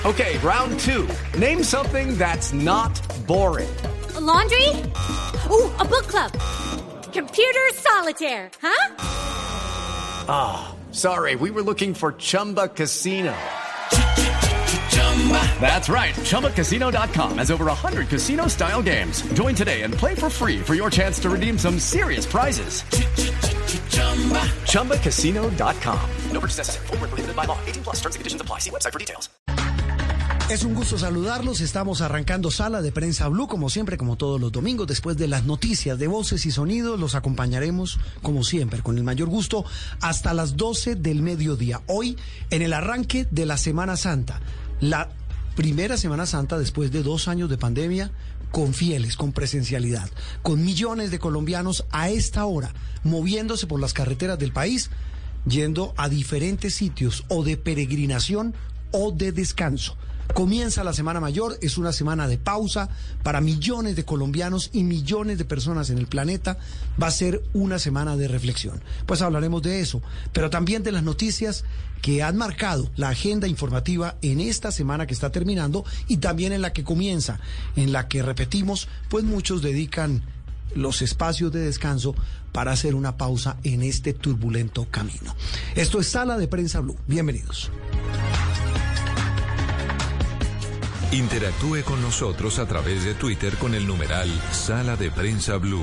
Okay, round two. Name something that's not boring. A laundry? Ooh, a book club. Computer solitaire, huh? Ah, sorry, we were looking for Chumba Casino. That's right, ChumbaCasino.com has over 100 casino-style games. Join today and play for free for your chance to redeem some serious prizes. ChumbaCasino.com. No purchase necessary. Void where prohibited by law. 18+ terms and conditions apply. See website for details. Es un gusto saludarlos. Estamos arrancando Sala de Prensa Blue, como siempre, como todos los domingos. Después de las noticias de Voces y Sonidos, los acompañaremos, como siempre, con el mayor gusto, hasta las 12 del mediodía. Hoy, en el arranque de la Semana Santa. La primera Semana Santa después de 2 años de pandemia, con fieles, con presencialidad, con millones de colombianos a esta hora, moviéndose por las carreteras del país, yendo a diferentes sitios o de peregrinación o de descanso. Comienza la Semana Mayor, es una semana de pausa para millones de colombianos y millones de personas en el planeta. Va a ser una semana de reflexión. Pues hablaremos de eso, pero también de las noticias que han marcado la agenda informativa en esta semana que está terminando y también en la que comienza, en la que, repetimos, pues muchos dedican los espacios de descanso para hacer una pausa en este turbulento camino. Esto es Sala de Prensa Blue. Bienvenidos. Interactúe con nosotros a través de Twitter con el numeral Sala de Prensa Blue.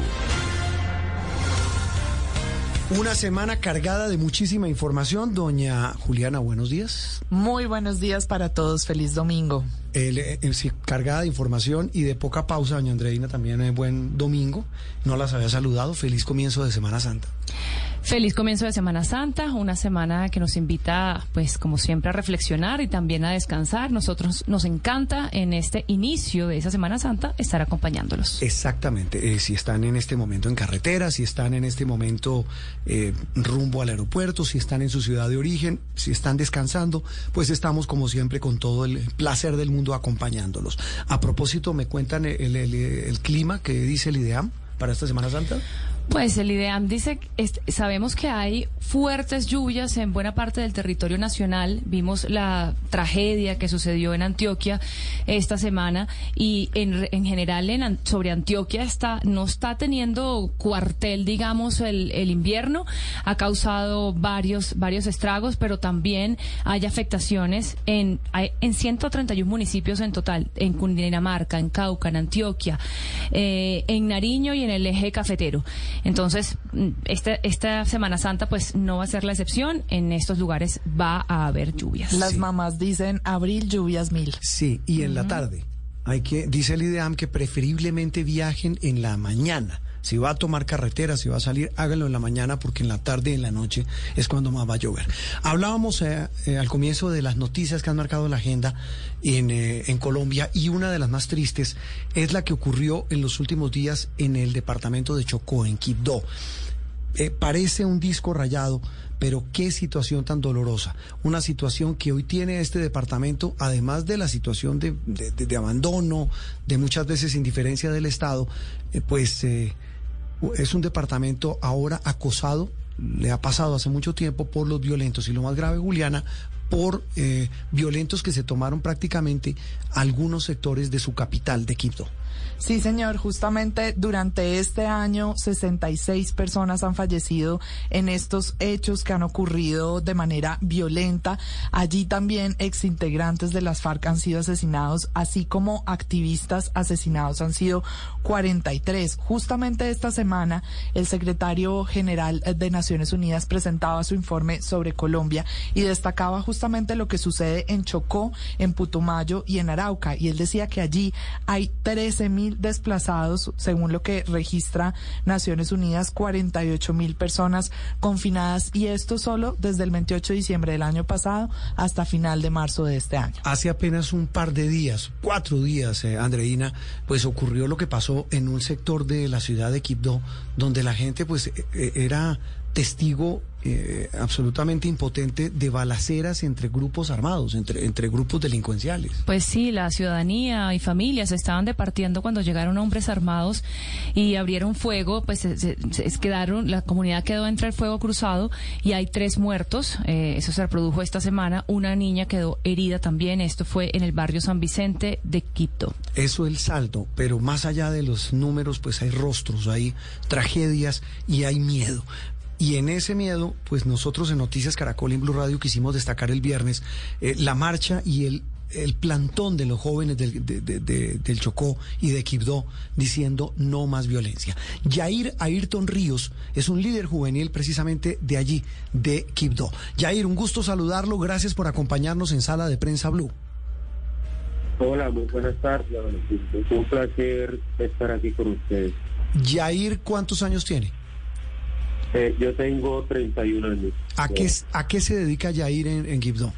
Una semana cargada de muchísima información. Doña Juliana, buenos días. Muy buenos días para todos. Feliz domingo. Sí, cargada de información y de poca pausa. Doña Andreina, también buen domingo. No las había saludado. Feliz comienzo de Semana Santa. Feliz comienzo de Semana Santa, una semana que nos invita, pues como siempre, a reflexionar y también a descansar. Nosotros nos encanta en este inicio de esa Semana Santa estar acompañándolos. Exactamente, si están en este momento en carretera, si están en este momento rumbo al aeropuerto, si están en su ciudad de origen, si están descansando, pues estamos como siempre con todo el placer del mundo acompañándolos. A propósito, ¿me cuentan el clima que dice el IDEAM para esta Semana Santa? Pues el IDEAM dice, sabemos que hay fuertes lluvias en buena parte del territorio nacional. Vimos la tragedia que sucedió en Antioquia esta semana y en general sobre Antioquia no está teniendo cuartel, digamos, el invierno. Ha causado varios estragos, pero también hay afectaciones en 131 municipios en total, en Cundinamarca, en Cauca, en Antioquia, en Nariño y en el eje cafetero. Entonces, esta Semana Santa pues no va a ser la excepción. En estos lugares va a haber lluvias. Las mamás dicen abril, lluvias 1000. Sí, y en la tarde. Dice el IDEAM que preferiblemente viajen en la mañana. Si va a tomar carretera, si va a salir, háganlo en la mañana porque en la tarde y en la noche es cuando más va a llover. Hablábamos al comienzo de las noticias que han marcado la agenda en Colombia y una de las más tristes es la que ocurrió en los últimos días en el departamento de Chocó, en Quibdó. Parece un disco rayado, pero qué situación tan dolorosa. Una situación que hoy tiene este departamento, además de la situación de abandono, de muchas veces indiferencia del Estado, es un departamento ahora acosado, le ha pasado hace mucho tiempo por los violentos y lo más grave, Juliana, por violentos que se tomaron prácticamente algunos sectores de su capital, de Quibdó. Sí, señor, justamente durante este año 66 personas han fallecido en estos hechos que han ocurrido de manera violenta. Allí también exintegrantes de las FARC han sido asesinados, así como activistas asesinados. Han sido 43. Justamente esta semana el secretario general de Naciones Unidas presentaba su informe sobre Colombia y destacaba justamente lo que sucede en Chocó, en Putumayo y en Arauca. Y él decía que allí hay 13.000 desplazados, según lo que registra Naciones Unidas, 48.000 personas confinadas, y esto solo desde el 28 de diciembre del año pasado hasta final de marzo de este año. Hace apenas un par de días, 4 días, Andreina, pues ocurrió lo que pasó en un sector de la ciudad de Quibdó, donde la gente pues era testigo absolutamente impotente de balaceras entre grupos armados, entre grupos delincuenciales. Pues sí, la ciudadanía y familias estaban departiendo cuando llegaron hombres armados y abrieron fuego, pues la comunidad quedó entre el fuego cruzado y hay 3 muertos, eso se reprodujo esta semana, una niña quedó herida también, esto fue en el barrio San Vicente de Quibdó. Eso es el saldo, pero más allá de los números, pues hay rostros, hay tragedias y hay miedo. Y en ese miedo, pues nosotros en Noticias Caracol y en Blue Radio quisimos destacar el viernes la marcha y el plantón de los jóvenes del Chocó y de Quibdó diciendo no más violencia. Yair Ayrton Ríos es un líder juvenil precisamente de allí, de Quibdó. Yair, un gusto saludarlo, gracias por acompañarnos en Sala de Prensa Blue. Hola, muy buenas tardes. Es un placer estar aquí con ustedes. Yair, ¿cuántos años tiene? Yo tengo 31 años. ¿A qué se dedica Yair en Quibdó?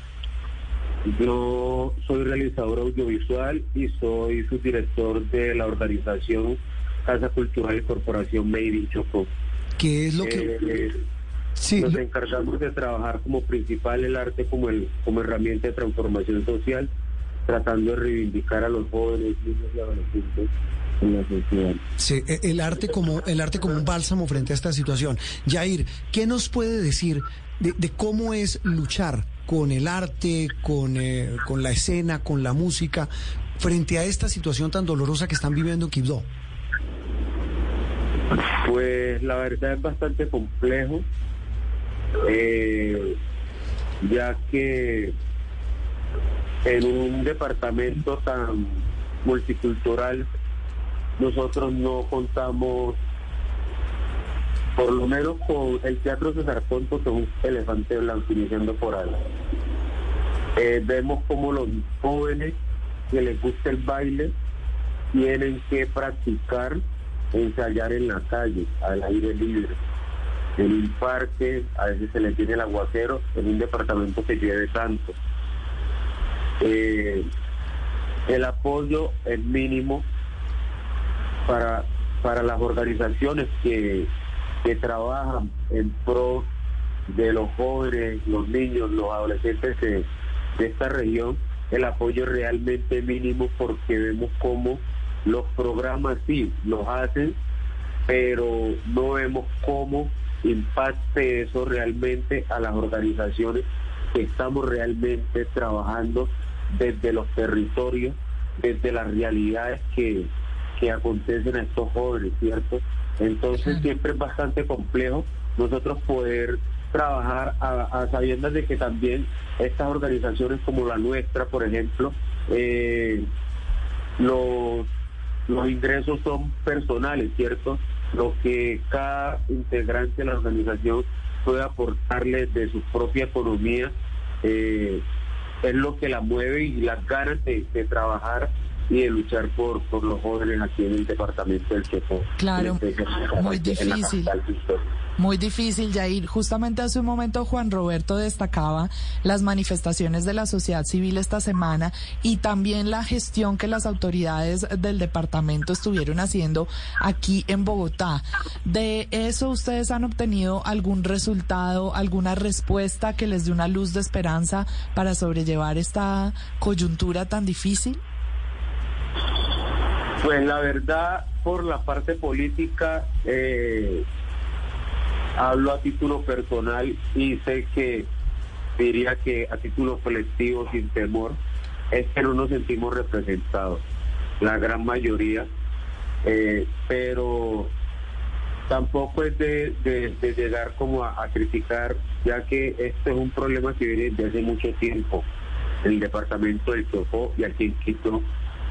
Yo soy realizador audiovisual y soy subdirector de la organización Casa Cultural y Corporación Made in Chocó. ¿Qué es lo que...? Sí, nos encargamos de trabajar como principal el arte como herramienta de transformación social, tratando de reivindicar a los jóvenes, niños y adolescentes en la sociedad. Sí, el arte como un bálsamo frente a esta situación. Yair, ¿qué nos puede decir de cómo es luchar con el arte, con la escena, con la música, frente a esta situación tan dolorosa que están viviendo en Quibdó? Pues la verdad es bastante complejo, ya que en un departamento tan multicultural nosotros no contamos, por lo menos con el Teatro César Ponto, que es un elefante blanco iniciando por ahí. Vemos como los jóvenes que les gusta el baile tienen que practicar, ensayar en la calle, al aire libre, en un parque, a veces se les tiene el aguacero, en un departamento que llueve tanto. El apoyo es mínimo para las organizaciones que trabajan en pro de los jóvenes, los niños, los adolescentes de esta región. El apoyo es realmente mínimo porque vemos cómo los programas sí los hacen, pero no vemos cómo impacte eso realmente a las organizaciones que estamos realmente trabajando desde los territorios, desde las realidades que acontecen a estos jóvenes, ¿cierto? Entonces siempre es bastante complejo nosotros poder trabajar a sabiendas de que también estas organizaciones como la nuestra, por ejemplo, los ingresos son personales, ¿cierto? Lo que cada integrante de la organización puede aportarle de su propia economía es lo que la mueve y las ganas de trabajar y de luchar por los jóvenes aquí en el departamento del Chocó. Claro, muy difícil. Muy difícil, Yair. Justamente hace un momento Juan Roberto destacaba las manifestaciones de la sociedad civil esta semana y también la gestión que las autoridades del departamento estuvieron haciendo aquí en Bogotá. ¿De eso ustedes han obtenido algún resultado, alguna respuesta que les dé una luz de esperanza para sobrellevar esta coyuntura tan difícil? Pues la verdad, por la parte política, hablo a título personal y sé que diría que a título colectivo, sin temor, es que no nos sentimos representados, la gran mayoría, pero tampoco es de llegar como a criticar, ya que este es un problema que viene desde hace mucho tiempo en el departamento del Chocó y aquí en Quito.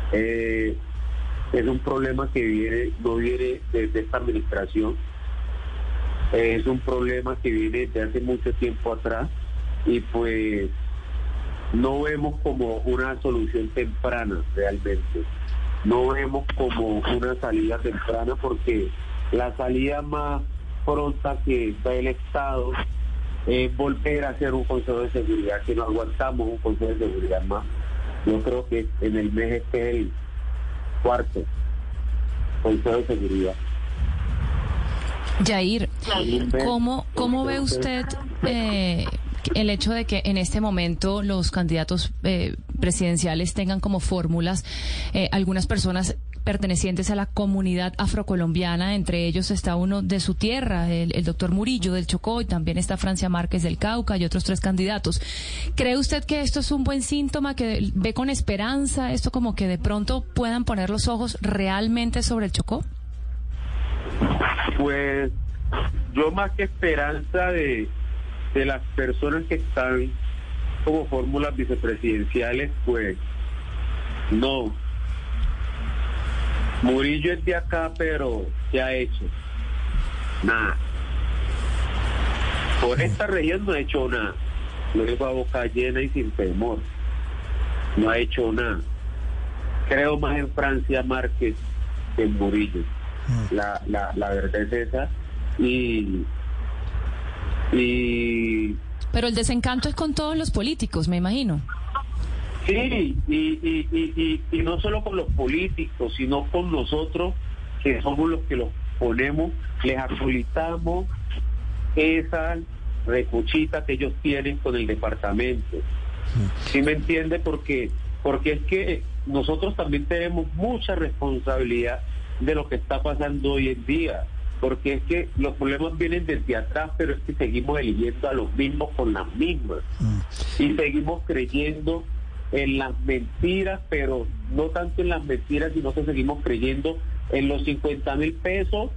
Es un problema que no viene desde esta administración, es un problema que viene desde hace mucho tiempo atrás y pues no vemos como una solución temprana realmente, no vemos como una salida temprana porque la salida más pronta que da el Estado es volver a hacer un Consejo de Seguridad, que no aguantamos un Consejo de Seguridad más. Yo creo que en el mes este es el cuarto Consejo de Seguridad. Yair, ¿Cómo ve usted el hecho de que en este momento los candidatos presidenciales tengan como fórmulas algunas personas pertenecientes a la comunidad afrocolombiana? Entre ellos está uno de su tierra, el doctor Murillo del Chocó, y también está Francia Márquez del Cauca y otros 3 candidatos. ¿Cree usted que esto es un buen síntoma, que ve con esperanza esto, como que de pronto puedan poner los ojos realmente sobre el Chocó? Pues yo, más que esperanza de las personas que están como fórmulas vicepresidenciales, pues no. Murillo es de acá, pero ¿qué ha hecho? Nada. Por esta región no ha hecho nada. Lo digo a boca llena y sin temor. No ha hecho nada. Creo más en Francia Márquez que en Murillo. La verdad es esa. Pero el desencanto es con todos los políticos, me imagino. Sí, y no solo con los políticos, sino con nosotros, que somos los que los ponemos, les actualizamos esa recochita que ellos tienen con el departamento. ¿Sí me entiende? Porque es que nosotros también tenemos mucha responsabilidad de lo que está pasando hoy en día, porque es que los problemas vienen desde atrás, pero es que seguimos eligiendo a los mismos con las mismas, y seguimos creyendo en las mentiras, pero no tanto en las mentiras, sino que seguimos creyendo en los 50,000 pesos,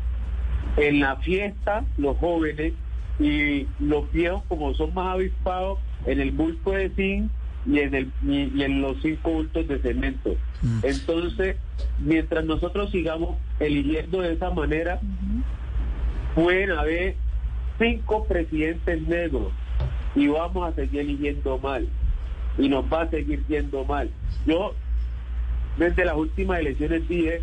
en la fiesta, los jóvenes, y los viejos, como son más avispados, en el bulto de zinc y en los 5 bultos de cemento. Entonces, mientras nosotros sigamos eligiendo de esa manera, pueden haber 5 presidentes negros y vamos a seguir eligiendo mal, y nos va a seguir yendo mal. Yo desde las últimas elecciones dije,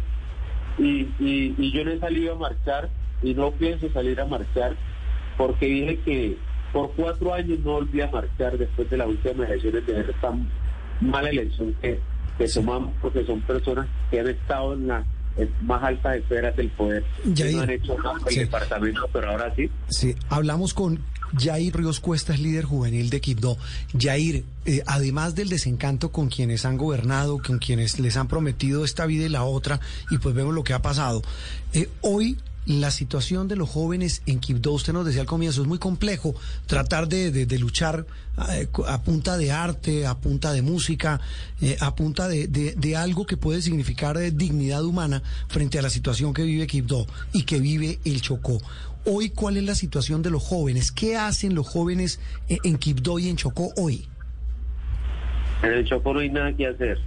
y yo no he salido a marchar y no pienso salir a marchar, porque dije que por 4 años no volví a marchar después de las últimas elecciones, de ver tan mala elección que tomamos, porque son personas que han estado en las más altas esferas del poder, que no han hecho nada por el departamento, pero ahora sí. Sí, hablamos con Yair Ríos Cuesta, es líder juvenil de Quibdó. Yair, además del desencanto con quienes han gobernado, con quienes les han prometido esta vida y la otra, y pues vemos lo que ha pasado, hoy la situación de los jóvenes en Quibdó, usted nos decía al comienzo, es muy complejo tratar de luchar a punta de arte, a punta de música, a punta de algo que puede significar dignidad humana frente a la situación que vive Quibdó y que vive el Chocó. Hoy, ¿cuál es la situación de los jóvenes? ¿Qué hacen los jóvenes en Quibdó y en Chocó hoy? En el Chocó no hay nada que hacer.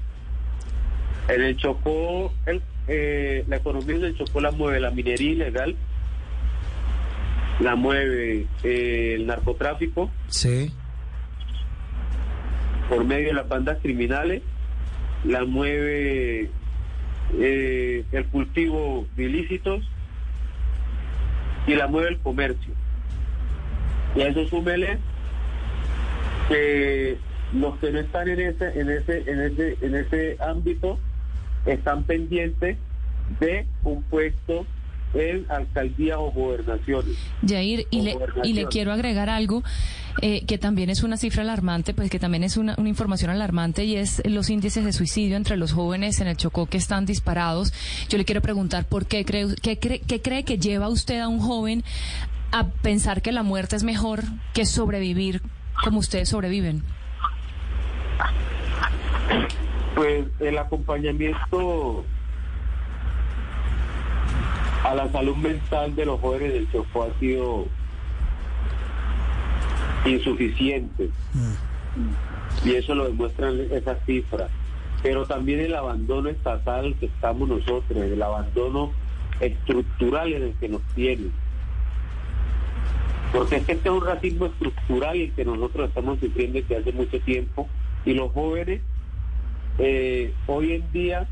En el Chocó, la economía del Chocó la mueve la minería ilegal, la mueve el narcotráfico, sí, por medio de las bandas criminales, la mueve el cultivo de ilícitos y la mueve el comercio. Y a eso súmele que los que no están en ese ámbito están pendientes de un puesto en alcaldías o gobernaciones. Yair, y le quiero agregar algo que también es una cifra alarmante, pues que también es una información alarmante, y es los índices de suicidio entre los jóvenes en el Chocó, que están disparados. Yo le quiero preguntar por qué cree que lleva usted a un joven a pensar que la muerte es mejor que sobrevivir como ustedes sobreviven. Pues el acompañamiento a la salud mental de los jóvenes del Chocó ha sido insuficiente, y eso lo demuestran esas cifras, pero también el abandono estatal que estamos nosotros, el abandono estructural en el que nos tienen, porque es que este es un racismo estructural el que nosotros estamos sufriendo desde hace mucho tiempo, y los jóvenes hoy en día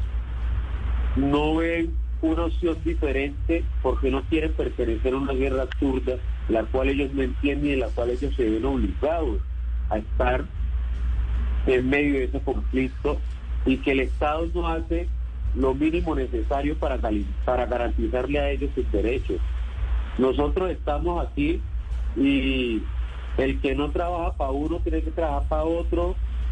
no ven una opción diferente porque no quieren pertenecer a una guerra absurda, la cual ellos no entienden y en la cual ellos se ven obligados a estar en medio de ese conflicto, y que el Estado no hace lo mínimo necesario para garantizarle a ellos sus derechos. Nosotros estamos aquí y el que no trabaja para uno tiene que trabajar para otro,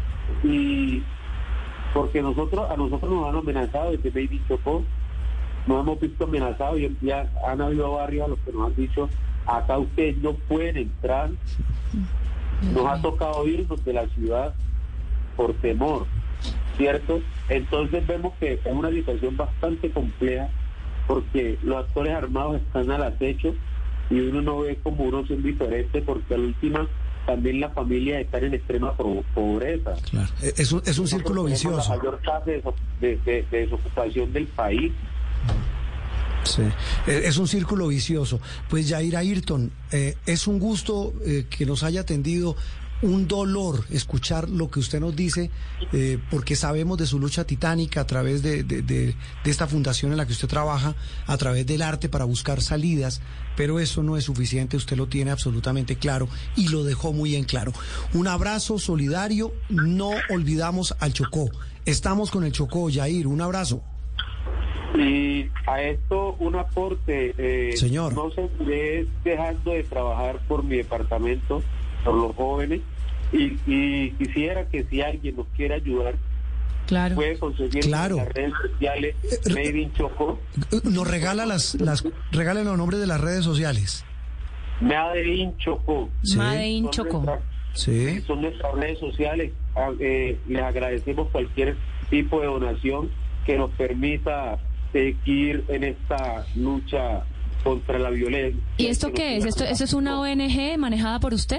y porque a nosotros nos han amenazado desde Baby Chocó, nos hemos visto amenazados y ya han habido barrios a los que nos han dicho: acá ustedes no pueden entrar. Nos ha tocado irnos de la ciudad por temor, ¿cierto? Entonces vemos que es una situación bastante compleja, porque los actores armados están al acecho y uno no ve como uno son diferentes, porque al último también la familia está en extrema pobreza. Claro. Es un círculo vicioso. La mayor tasa de desocupación del país. Sí, es un círculo vicioso. Pues Yair Ayrton, es un gusto que nos haya atendido. Un dolor escuchar lo que usted nos dice, porque sabemos de su lucha titánica a través de esta fundación en la que usted trabaja, a través del arte para buscar salidas, pero eso no es suficiente, usted lo tiene absolutamente claro y lo dejó muy en claro. Un abrazo solidario, no olvidamos al Chocó, estamos con el Chocó, Yair, un abrazo. Y a esto un aporte, señor. No seguiré dejando de trabajar por mi departamento, por los jóvenes, y quisiera que si alguien nos quiere ayudar, claro, puede conseguir en las redes sociales Made in Chocó. Nos regala regalen los nombres de las redes sociales. Made in Chocó. Sí. Made in Chocó. Sí. Son nuestras redes sociales. Les agradecemos cualquier tipo de donación que nos permita seguir en esta lucha contra la violencia. ¿Y esto qué es? ¿Esto es una ONG manejada por usted?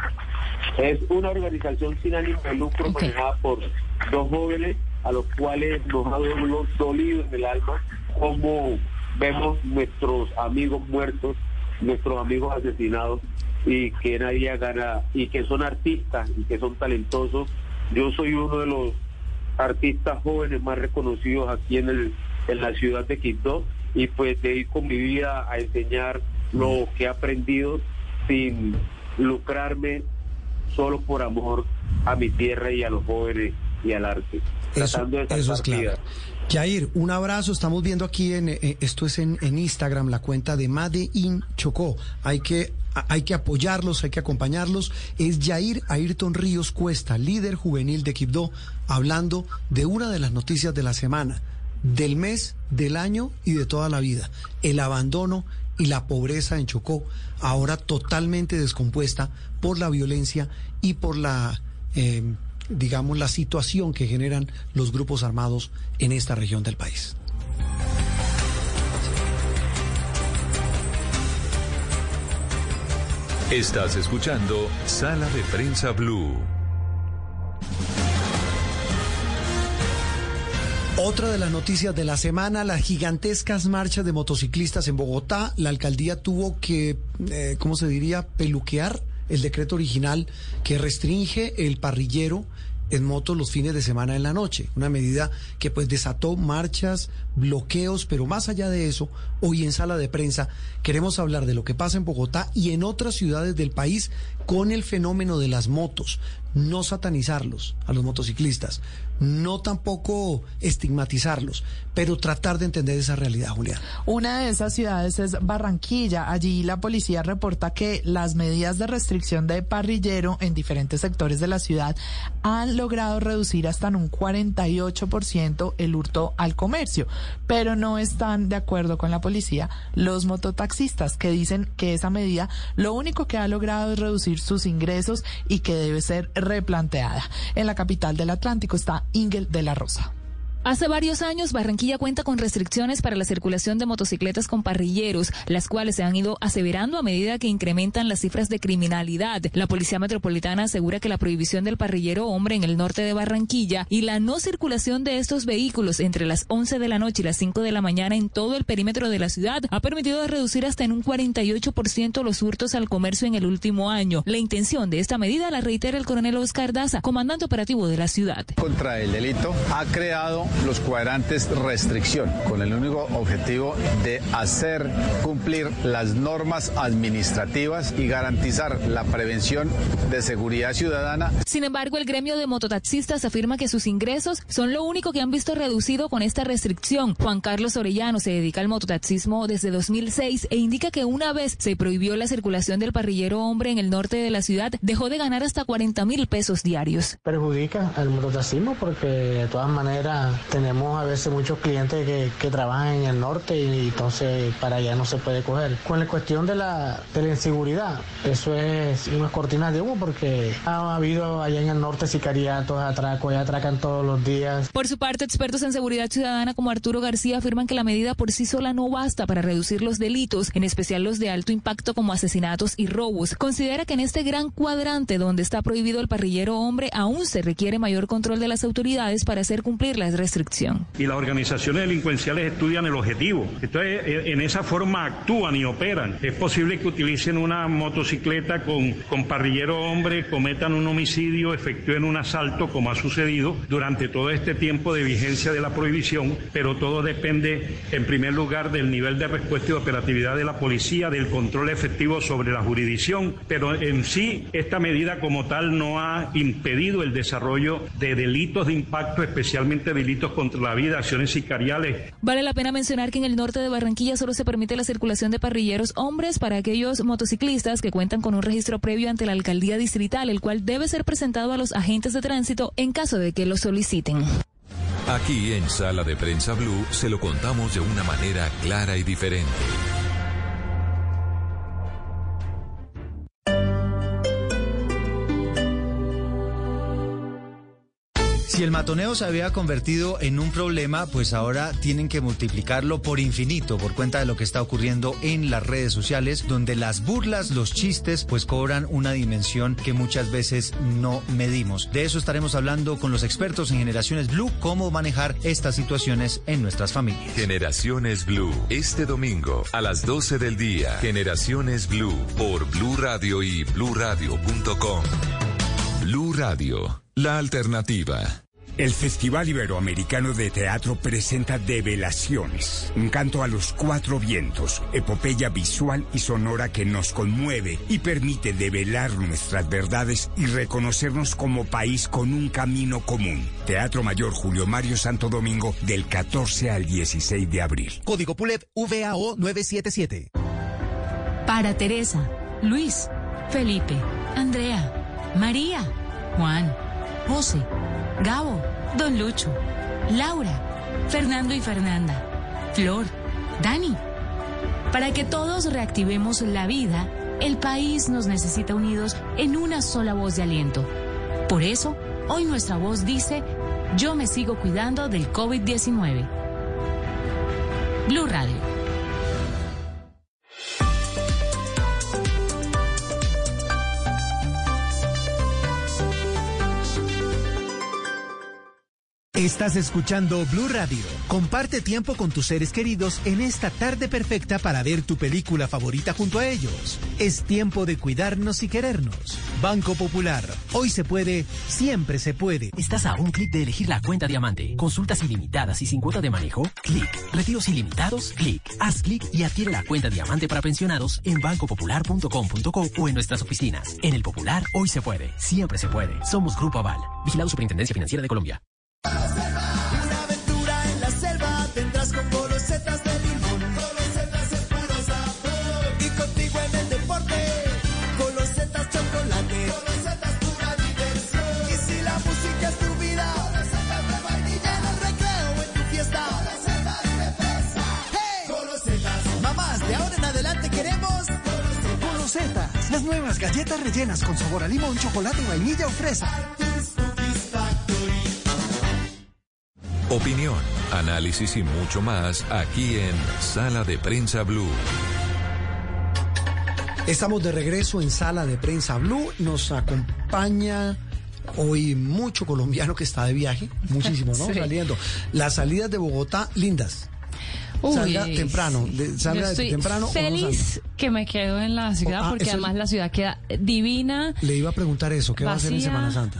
Es una organización sin ánimo de lucro, manejada por dos jóvenes a los cuales nos ha dolido en el alma como vemos nuestros amigos muertos, nuestros amigos asesinados, y que nadie gana, y que son artistas y que son talentosos. Yo soy uno de los artistas jóvenes más reconocidos aquí en la ciudad de Quibdó, y pues de ir con mi vida a enseñar lo que he aprendido sin lucrarme, solo por amor a mi tierra y a los jóvenes y al arte. Eso es claro. Yair, un abrazo. Estamos viendo aquí esto es en Instagram, la cuenta de Made in Chocó. Hay que apoyarlos, hay que acompañarlos. Es Yair Ayrton Ríos Cuesta, líder juvenil de Quibdó, hablando de una de las noticias de la semana, del mes, del año y de toda la vida: el abandono y la pobreza en Chocó, ahora totalmente descompuesta por la violencia y por la, digamos, la situación que generan los grupos armados en esta región del país. Estás escuchando Sala de Prensa Blue. Otra de las noticias de la semana: las gigantescas marchas de motociclistas en Bogotá. La alcaldía tuvo que, ¿cómo se diría?, peluquear el decreto original que restringe el parrillero en motos los fines de semana en la noche. Una medida que pues desató marchas, bloqueos, pero más allá de eso, hoy en Sala de Prensa queremos hablar de lo que pasa en Bogotá y en otras ciudades del país con el fenómeno de las motos. No satanizarlos a los motociclistas, no tampoco estigmatizarlos, pero tratar de entender esa realidad, Julián. Una de esas ciudades es Barranquilla. Allí la policía reporta que las medidas de restricción de parrillero en diferentes sectores de la ciudad han logrado reducir hasta en un 48% el hurto al comercio, pero no están de acuerdo con la policía los mototaxistas, que dicen que esa medida lo único que ha logrado es reducir sus ingresos y que debe ser replanteada. En la capital del Atlántico está Ingel de la Rosa. Hace varios años, Barranquilla cuenta con restricciones para la circulación de motocicletas con parrilleros, las cuales se han ido aseverando a medida que incrementan las cifras de criminalidad. La Policía Metropolitana asegura que la prohibición del parrillero hombre en el norte de Barranquilla y la no circulación de estos vehículos entre las 11 de la noche y las 5 de la mañana en todo el perímetro de la ciudad ha permitido reducir hasta en un 48% los hurtos al comercio en el último año. La intención de esta medida la reitera el coronel Oscar Daza, comandante operativo de la ciudad. Contra el delito ha creado los cuadrantes restricción, con el único objetivo de hacer cumplir las normas administrativas y garantizar la prevención de seguridad ciudadana. Sin embargo, el gremio de mototaxistas afirma que sus ingresos son lo único que han visto reducido con esta restricción. Juan Carlos Orellano se dedica al mototaxismo desde 2006 e indica que una vez se prohibió la circulación del parrillero hombre en el norte de la ciudad, dejó de ganar hasta 40.000 pesos diarios. Perjudica al mototaxismo porque de todas maneras tenemos a veces muchos clientes que trabajan en el norte y entonces para allá no se puede coger. Con la cuestión de la inseguridad, eso es unas cortinas de humo porque ha habido allá en el norte sicariatos, atracos, ya atracan todos los días. Por su parte, expertos en seguridad ciudadana como Arturo García afirman que la medida por sí sola no basta para reducir los delitos, en especial los de alto impacto como asesinatos y robos. Considera que en este gran cuadrante donde está prohibido el parrillero hombre aún se requiere mayor control de las autoridades para hacer cumplir la restricción. Y las organizaciones delincuenciales estudian el objetivo. Entonces, en esa forma actúan y operan. Es posible que utilicen una motocicleta con parrillero hombre, cometan un homicidio, efectúen un asalto, como ha sucedido durante todo este tiempo de vigencia de la prohibición, pero todo depende, en primer lugar, del nivel de respuesta y operatividad de la policía, del control efectivo sobre la jurisdicción, pero en sí, esta medida como tal no ha impedido el desarrollo de delitos de impacto, especialmente delitos contra la vida, acciones sicariales. Vale la pena mencionar que en el norte de Barranquilla solo se permite la circulación de parrilleros hombres para aquellos motociclistas que cuentan con un registro previo ante la alcaldía distrital, el cual debe ser presentado a los agentes de tránsito en caso de que lo soliciten. Aquí en Sala de Prensa Blue se lo contamos de una manera clara y diferente. Si el matoneo se había convertido en un problema, pues ahora tienen que multiplicarlo por infinito por cuenta de lo que está ocurriendo en las redes sociales, donde las burlas, los chistes, pues cobran una dimensión que muchas veces no medimos. De eso estaremos hablando con los expertos en Generaciones Blue, cómo manejar estas situaciones en nuestras familias. Generaciones Blue, este domingo a las 12 del día. Generaciones Blue por Blue Radio y bluradio.com. Blue Radio, la alternativa. El Festival Iberoamericano de Teatro presenta Develaciones, un canto a los cuatro vientos, epopeya visual y sonora que nos conmueve y permite develar nuestras verdades y reconocernos como país con un camino común. Teatro Mayor Julio Mario Santo Domingo del 14 al 16 de abril. Código PULEP VAO 977. Para Teresa, Luis, Felipe, Andrea, María, Juan, José, Gabo, Don Lucho, Laura, Fernando y Fernanda, Flor, Dani. Para que todos reactivemos la vida, el país nos necesita unidos en una sola voz de aliento. Por eso, hoy nuestra voz dice, yo me sigo cuidando del COVID-19. Blue Radio. Estás escuchando Blue Radio. Comparte tiempo con tus seres queridos en esta tarde perfecta para ver tu película favorita junto a ellos. Es tiempo de cuidarnos y querernos. Banco Popular. Hoy se puede, siempre se puede. ¿Estás a un clic de elegir la cuenta Diamante? ¿Consultas ilimitadas y sin cuota de manejo? Clic. ¿Retiros ilimitados? Clic. Haz clic y adquiere la cuenta Diamante para pensionados en bancopopular.com.co o en nuestras oficinas. En el Popular, hoy se puede, siempre se puede. Somos Grupo Aval. Vigilado Superintendencia Financiera de Colombia. Una aventura en la selva tendrás con Golosetas de limón. Golosetas es puro sabor. Y contigo en el deporte, Golosetas chocolate. Golosetas pura diversión. Y si la música es tu vida, Golosetas de vainilla. En el recreo o en tu fiesta, Golosetas de fresa. ¡Hey! Golosetas. Mamás, de ahora en adelante queremos Golosetas. Las nuevas galletas rellenas con sabor a limón, chocolate, vainilla o fresa. Opinión, análisis y mucho más aquí en Sala de Prensa Blue. Estamos de regreso en Sala de Prensa Blue. Nos acompaña hoy mucho colombiano que está de viaje, muchísimo, ¿no? Sí. Saliendo. Las salidas de Bogotá, lindas. Salga temprano, salga temprano. Feliz que me quedo en la ciudad porque además la ciudad queda divina. Le iba a preguntar eso, ¿qué vacía, va a hacer en Semana Santa?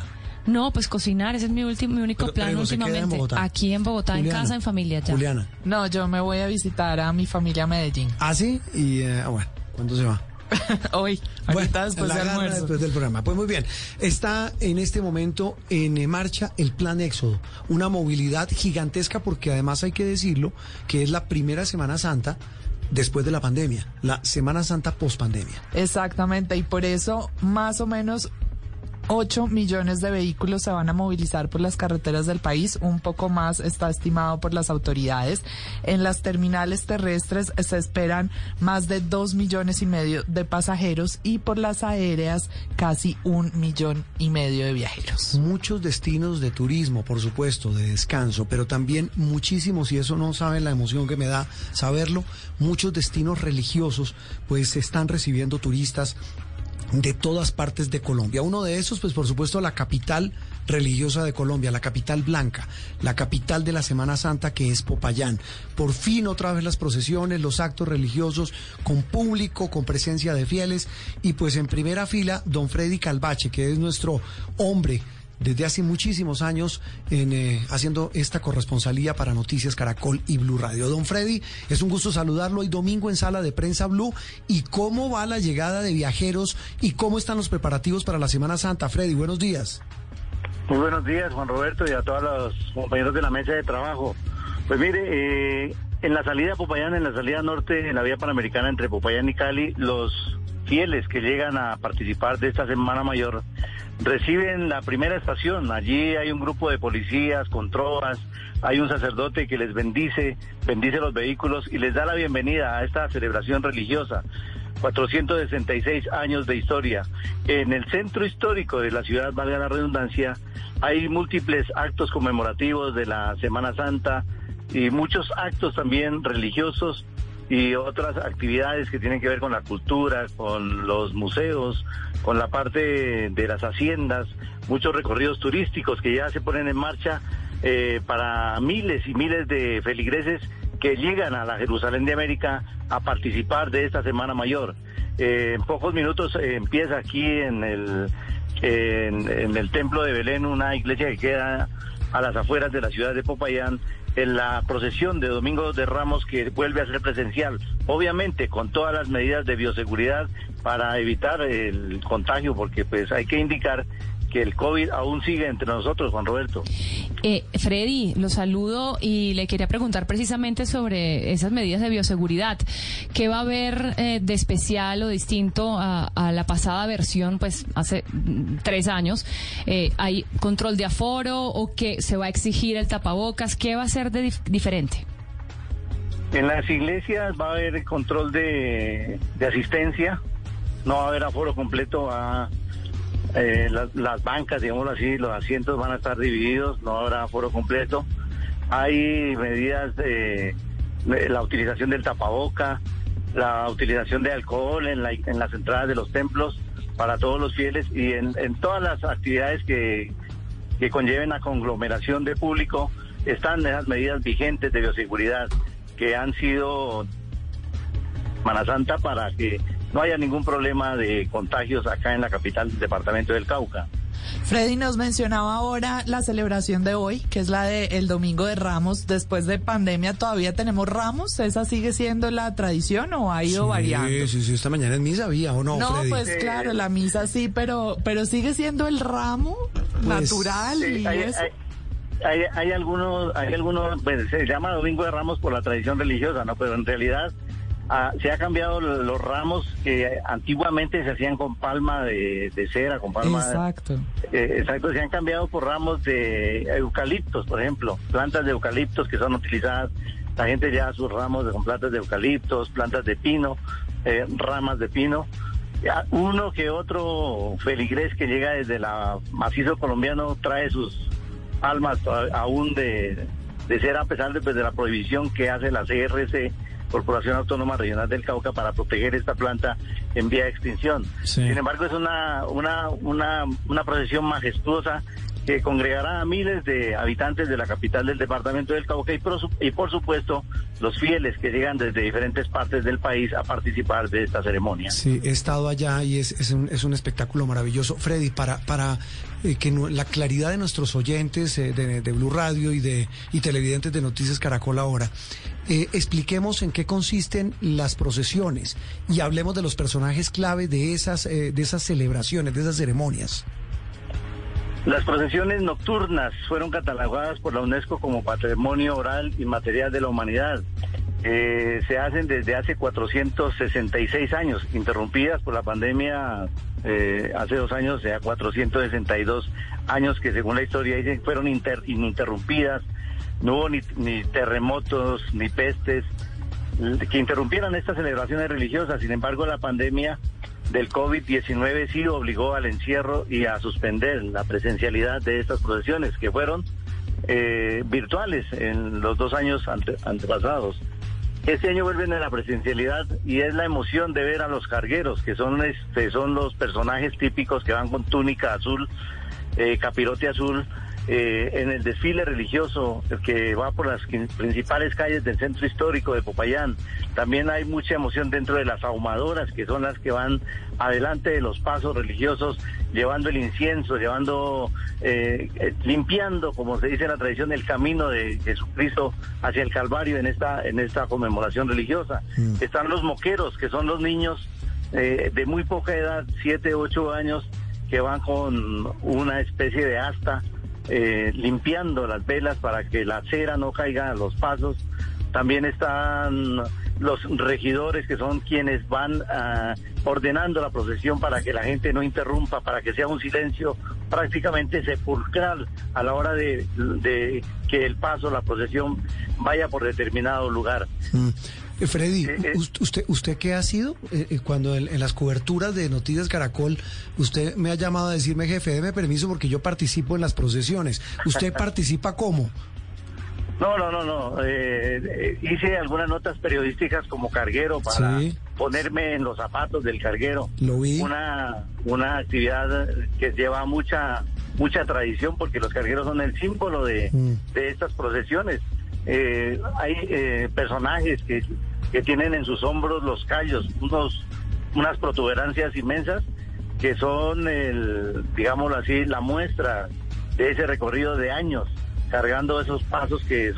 No, pues cocinar, ese es mi único plan últimamente. Aquí en Bogotá, Juliana, en casa, en familia ya. Juliana. No, yo me voy a visitar a mi familia a Medellín. ¿Ah, sí? Y bueno, ¿cuándo se va? Hoy, ahorita después del almuerzo. Después del programa. Pues muy bien, está en este momento en marcha el Plan Éxodo, una movilidad gigantesca porque además hay que decirlo que es la primera Semana Santa después de la pandemia, la Semana Santa post-pandemia. Exactamente, y por eso más o menos 8 millones de vehículos se van a movilizar por las carreteras del país, un poco más está estimado por las autoridades. En las terminales terrestres se esperan más de 2,5 millones de pasajeros y por las aéreas casi 1,5 millones de viajeros. Muchos destinos de turismo, por supuesto, de descanso, pero también muchísimos, y eso no saben la emoción que me da saberlo, muchos destinos religiosos pues están recibiendo turistas de todas partes de Colombia. Uno de esos, pues por supuesto, la capital religiosa de Colombia, la capital blanca, la capital de la Semana Santa, que es Popayán. Por fin otra vez las procesiones, los actos religiosos con público, con presencia de fieles, y pues en primera fila don Freddy Calvache, que es nuestro hombre desde hace muchísimos años haciendo esta corresponsalía para Noticias Caracol y Blue Radio. Don Freddy, es un gusto saludarlo hoy domingo en Sala de Prensa Blue. ¿Y cómo va la llegada de viajeros y cómo están los preparativos para la Semana Santa? Freddy, buenos días. Muy buenos días, Juan Roberto, y a todos los compañeros de la mesa de trabajo. Pues mire, en la salida a Popayán, en la salida norte, en la vía panamericana entre Popayán y Cali, los fieles que llegan a participar de esta Semana Mayor reciben la primera estación. Allí hay un grupo de policías con trovas, hay un sacerdote que les bendice los vehículos y les da la bienvenida a esta celebración religiosa. 466 años de historia. En el centro histórico de la ciudad, valga la redundancia, hay múltiples actos conmemorativos de la Semana Santa y muchos actos también religiosos y otras actividades que tienen que ver con la cultura, con los museos, con la parte de las haciendas, muchos recorridos turísticos que ya se ponen en marcha para miles y miles de feligreses que llegan a la Jerusalén de América a participar de esta Semana Mayor. En pocos minutos empieza aquí en el Templo de Belén, una iglesia que queda a las afueras de la ciudad de Popayán, en la procesión de Domingo de Ramos, que vuelve a ser presencial, obviamente con todas las medidas de bioseguridad para evitar el contagio, porque pues hay que indicar que el COVID aún sigue entre nosotros, Juan Roberto. Freddy, lo saludo y le quería preguntar precisamente sobre esas medidas de bioseguridad. ¿Qué va a haber de especial o distinto a la pasada versión, pues hace 3 años? ¿Hay control de aforo o que se va a exigir el tapabocas? ¿Qué va a ser de diferente? En las iglesias va a haber control de asistencia, no va a haber aforo completo las bancas, digámoslo así, los asientos van a estar divididos, no habrá aforo completo. Hay medidas de la utilización del tapaboca, la utilización de alcohol en las entradas de los templos para todos los fieles y en todas las actividades que conlleven a conglomeración de público están esas medidas vigentes de bioseguridad que han sido Semana Santa para que no haya ningún problema de contagios acá en la capital del departamento del Cauca. Freddy nos mencionaba ahora la celebración de hoy, que es la del Domingo de Ramos. Después de pandemia, ¿todavía tenemos Ramos? ¿Esa sigue siendo la tradición o ha ido variando? Sí, esta mañana en misa había, ¿o no, No, Freddy? pues claro, la misa sí, pero sigue siendo el ramo natural y eso. Hay algunos, pues, se llama Domingo de Ramos por la tradición religiosa, ¿no? Pero en realidad se ha cambiado los ramos que antiguamente se hacían con palma de cera, con palma. Exacto. Exacto, se han cambiado por ramos de eucaliptos, por ejemplo, plantas de eucaliptos que son utilizadas. La gente lleva sus ramos con plantas de eucaliptos, plantas de pino, ramas de pino. Uno que otro feligrés que llega desde la macizo colombiano trae sus palmas aún de cera, a pesar de la prohibición que hace la CRC, Corporación Autónoma Regional del Cauca, para proteger esta planta en vía de extinción. Sí. Sin embargo, es una procesión majestuosa que congregará a miles de habitantes de la capital del departamento del Cauca y por supuesto los fieles que llegan desde diferentes partes del país a participar de esta ceremonia. Sí, he estado allá y es un espectáculo maravilloso. Freddy, para que la claridad de nuestros oyentes de Blue Radio y televidentes de Noticias Caracol ahora, expliquemos en qué consisten las procesiones y hablemos de los personajes clave de esas celebraciones, de esas ceremonias. Las procesiones nocturnas fueron catalogadas por la UNESCO como Patrimonio Oral Inmaterial de la Humanidad. Se hacen desde hace 466 años, interrumpidas por la pandemia hace 2 años, ya 462 años que según la historia dicen fueron ininterrumpidas. No hubo ni terremotos, ni pestes que interrumpieran estas celebraciones religiosas. Sin embargo, la pandemia del COVID-19 sí obligó al encierro y a suspender la presencialidad de estas procesiones, que fueron virtuales en los 2 años antepasados. Este año vuelven a la presencialidad y es la emoción de ver a los cargueros, que son los personajes típicos que van con túnica azul, capirote azul, en el desfile religioso que va por las principales calles del centro histórico de Popayán. También hay mucha emoción dentro de las ahumadoras, que son las que van adelante de los pasos religiosos, llevando el incienso, limpiando, como se dice en la tradición, el camino de Jesucristo hacia el Calvario en esta conmemoración religiosa. Están los moqueros, que son los niños de muy poca edad, 7, 8 años, que van con una especie de asta, limpiando las velas para que la cera no caiga a los pasos. También están los regidores, que son quienes van ordenando la procesión para que la gente no interrumpa, para que sea un silencio prácticamente sepulcral a la hora de que el paso, la procesión, vaya por determinado lugar. Freddy, ¿usted qué ha sido? Cuando en las coberturas de Noticias Caracol, usted me ha llamado a decirme, jefe, déme permiso porque yo participo en las procesiones. ¿Usted participa cómo? No. Hice algunas notas periodísticas como carguero para ponerme en los zapatos del carguero. Lo vi. Una actividad que lleva mucha tradición, porque los cargueros son el símbolo de estas procesiones. Hay personajes que tienen en sus hombros los callos, unas protuberancias inmensas que son, digámoslo así, la muestra de ese recorrido de años, cargando esos pasos que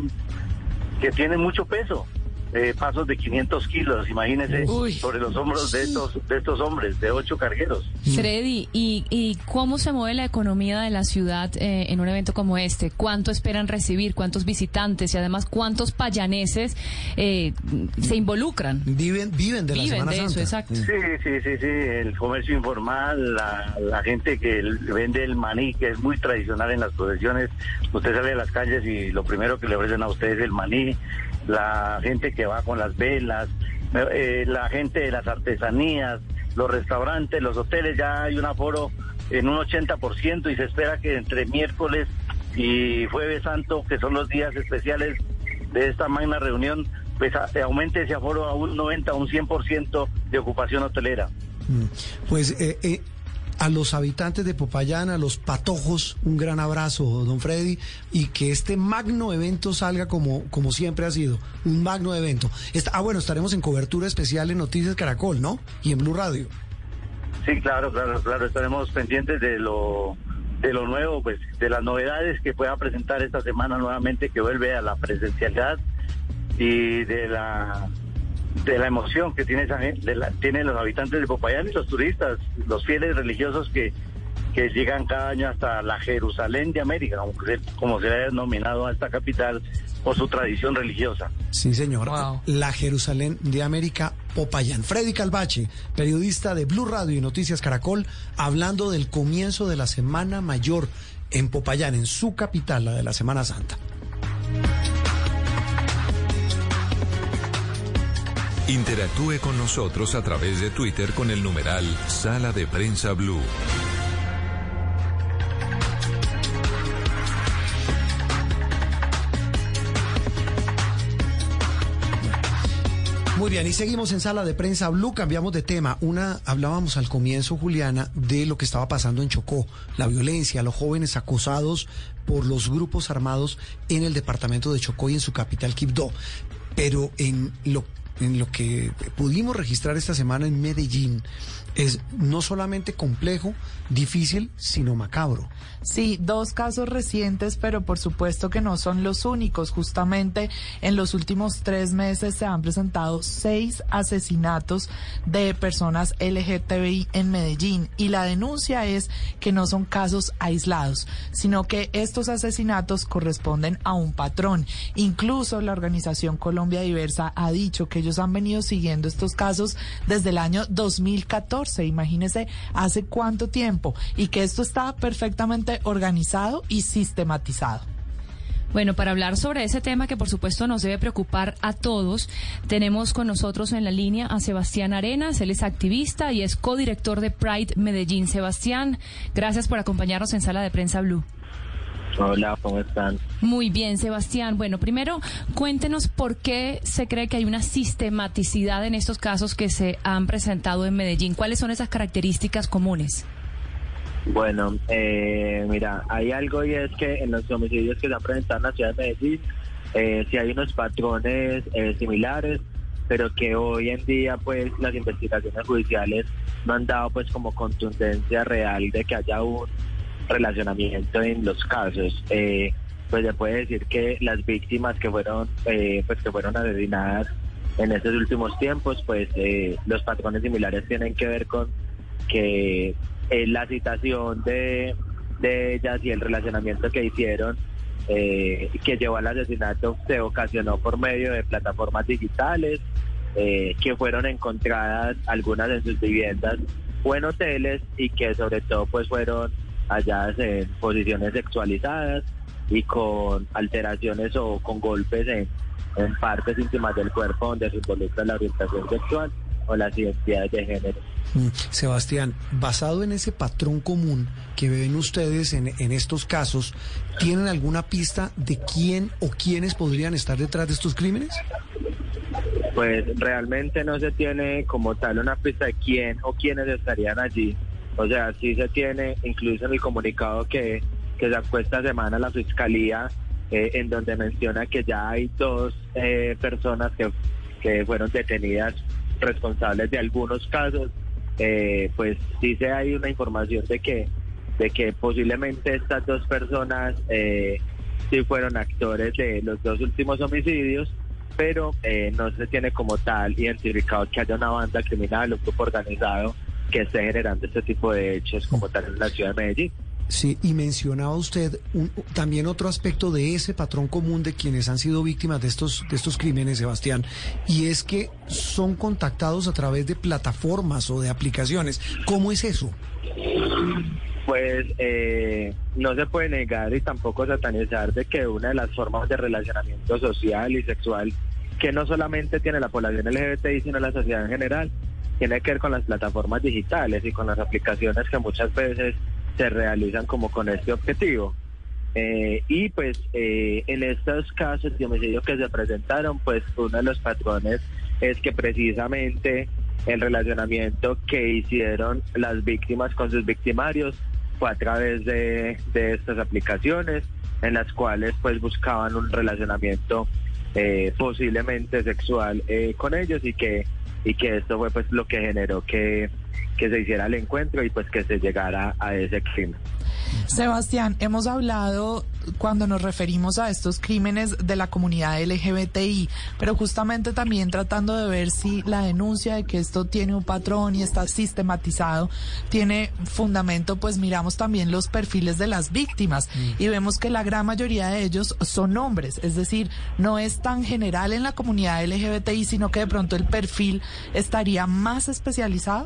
tienen mucho peso. Pasos de 500 kilos, imagínense, sobre los hombros de estos hombres, de 8 cargueros. Freddy, ¿y cómo se mueve la economía de la ciudad en un evento como este? ¿Cuánto esperan recibir? ¿Cuántos visitantes? Y además, ¿cuántos payaneses se involucran? Viven de la Semana Santa. Eso, exacto. Sí, el comercio informal, la gente que vende el maní, que es muy tradicional en las procesiones. Usted sale a las calles y lo primero que le ofrecen a usted es el maní. La gente que va con las velas, la gente de las artesanías, los restaurantes, los hoteles, ya hay un aforo en un 80% y se espera que entre miércoles y Jueves Santo, que son los días especiales de esta magna reunión, pues aumente ese aforo a un 90, a un 100% de ocupación hotelera. Pues a los habitantes de Popayán, a los patojos, un gran abrazo, don Freddy, y que este magno evento salga como siempre ha sido, un magno evento. Bueno, estaremos en cobertura especial en Noticias Caracol, ¿no? Y en Blue Radio. Sí, claro, estaremos pendientes de lo nuevo, pues, de las novedades que pueda presentar esta semana nuevamente, que vuelve a la presencialidad, y de la emoción que tiene tienen los habitantes de Popayán y los turistas, los fieles religiosos que llegan cada año hasta la Jerusalén de América, como se le ha denominado a esta capital por su tradición religiosa. Sí, señor. Wow. La Jerusalén de América, Popayán. Freddy Calvache, periodista de Blue Radio y Noticias Caracol, hablando del comienzo de la Semana Mayor en Popayán, en su capital, la de la Semana Santa. Interactúe con nosotros a través de Twitter con el numeral Sala de Prensa Blue. Muy bien, y seguimos en Sala de Prensa Blue, cambiamos de tema. Hablábamos al comienzo, Juliana, de lo que estaba pasando en Chocó, la violencia, los jóvenes acosados por los grupos armados en el departamento de Chocó y en su capital, Quibdó. pero en lo que pudimos registrar esta semana en Medellín es no solamente complejo, difícil, sino macabro. Sí, 2 casos recientes, pero por supuesto que no son los únicos. Justamente en los últimos 3 meses se han presentado 6 asesinatos de personas LGTBI en Medellín, y la denuncia es que no son casos aislados, sino que estos asesinatos corresponden a un patrón. Incluso la organización Colombia Diversa ha dicho que ellos han venido siguiendo estos casos desde el año 2014, imagínese hace cuánto tiempo, y que esto está perfectamente organizado y sistematizado. Bueno, para hablar sobre ese tema que por supuesto nos debe preocupar a todos, tenemos con nosotros en la línea a Sebastián Arenas. Él es activista y es codirector de Pride Medellín. Sebastián, gracias por acompañarnos en Sala de Prensa Blue. Hola, ¿cómo están? Muy bien, Sebastián. Bueno, primero, cuéntenos por qué se cree que hay una sistematicidad en estos casos que se han presentado en Medellín. ¿Cuáles son esas características comunes? Bueno, mira, hay algo, y es que en los homicidios que se han presentado en la ciudad de Medellín, sí hay unos patrones similares, pero que hoy en día pues las investigaciones judiciales no han dado pues como contundencia real de que haya un relacionamiento en los casos. Pues se puede decir que las víctimas que fueron asesinadas en estos últimos tiempos, pues los patrones similares tienen que ver con que la citación de ellas y el relacionamiento que hicieron que llevó al asesinato se ocasionó por medio de plataformas digitales que fueron encontradas algunas en sus viviendas o en hoteles, y que sobre todo pues fueron halladas en posiciones sexualizadas y con alteraciones o con golpes en partes íntimas del cuerpo donde se involucra la orientación sexual o las identidades de género. Sebastián, basado en ese patrón común que ven ustedes en estos casos, ¿tienen alguna pista de quién o quiénes podrían estar detrás de estos crímenes? Pues realmente no se tiene como tal una pista de quién o quiénes estarían allí. O sea, sí se tiene, incluso en el comunicado que sacó esta semana la Fiscalía, en donde menciona que ya hay 2 personas que fueron detenidas responsables de algunos casos. Pues sí se hay una información de que posiblemente estas 2 personas sí fueron actores de los 2 últimos homicidios, pero no se tiene como tal identificado que haya una banda criminal o grupo organizado que esté generando este tipo de hechos como tal en la ciudad de Medellín. Sí, y mencionaba usted también otro aspecto de ese patrón común de quienes han sido víctimas de estos crímenes, Sebastián, y es que son contactados a través de plataformas o de aplicaciones. ¿Cómo es eso? Pues no se puede negar y tampoco satanizar de que una de las formas de relacionamiento social y sexual que no solamente tiene la población LGBTI, sino la sociedad en general, tiene que ver con las plataformas digitales y con las aplicaciones que muchas veces se realizan como con este objetivo. Y pues en estos casos de homicidio que se presentaron, pues uno de los patrones es que precisamente el relacionamiento que hicieron las víctimas con sus victimarios fue a través de estas aplicaciones, en las cuales pues buscaban un relacionamiento posiblemente sexual con ellos, y que esto fue pues lo que generó que se hiciera el encuentro y pues que se llegara a ese crimen. Sebastián, hemos hablado cuando nos referimos a estos crímenes de la comunidad LGBTI, pero justamente también tratando de ver si la denuncia de que esto tiene un patrón y está sistematizado tiene fundamento, pues miramos también los perfiles de las víctimas y vemos que la gran mayoría de ellos son hombres, es decir, no es tan general en la comunidad LGBTI, sino que de pronto el perfil estaría más especializado.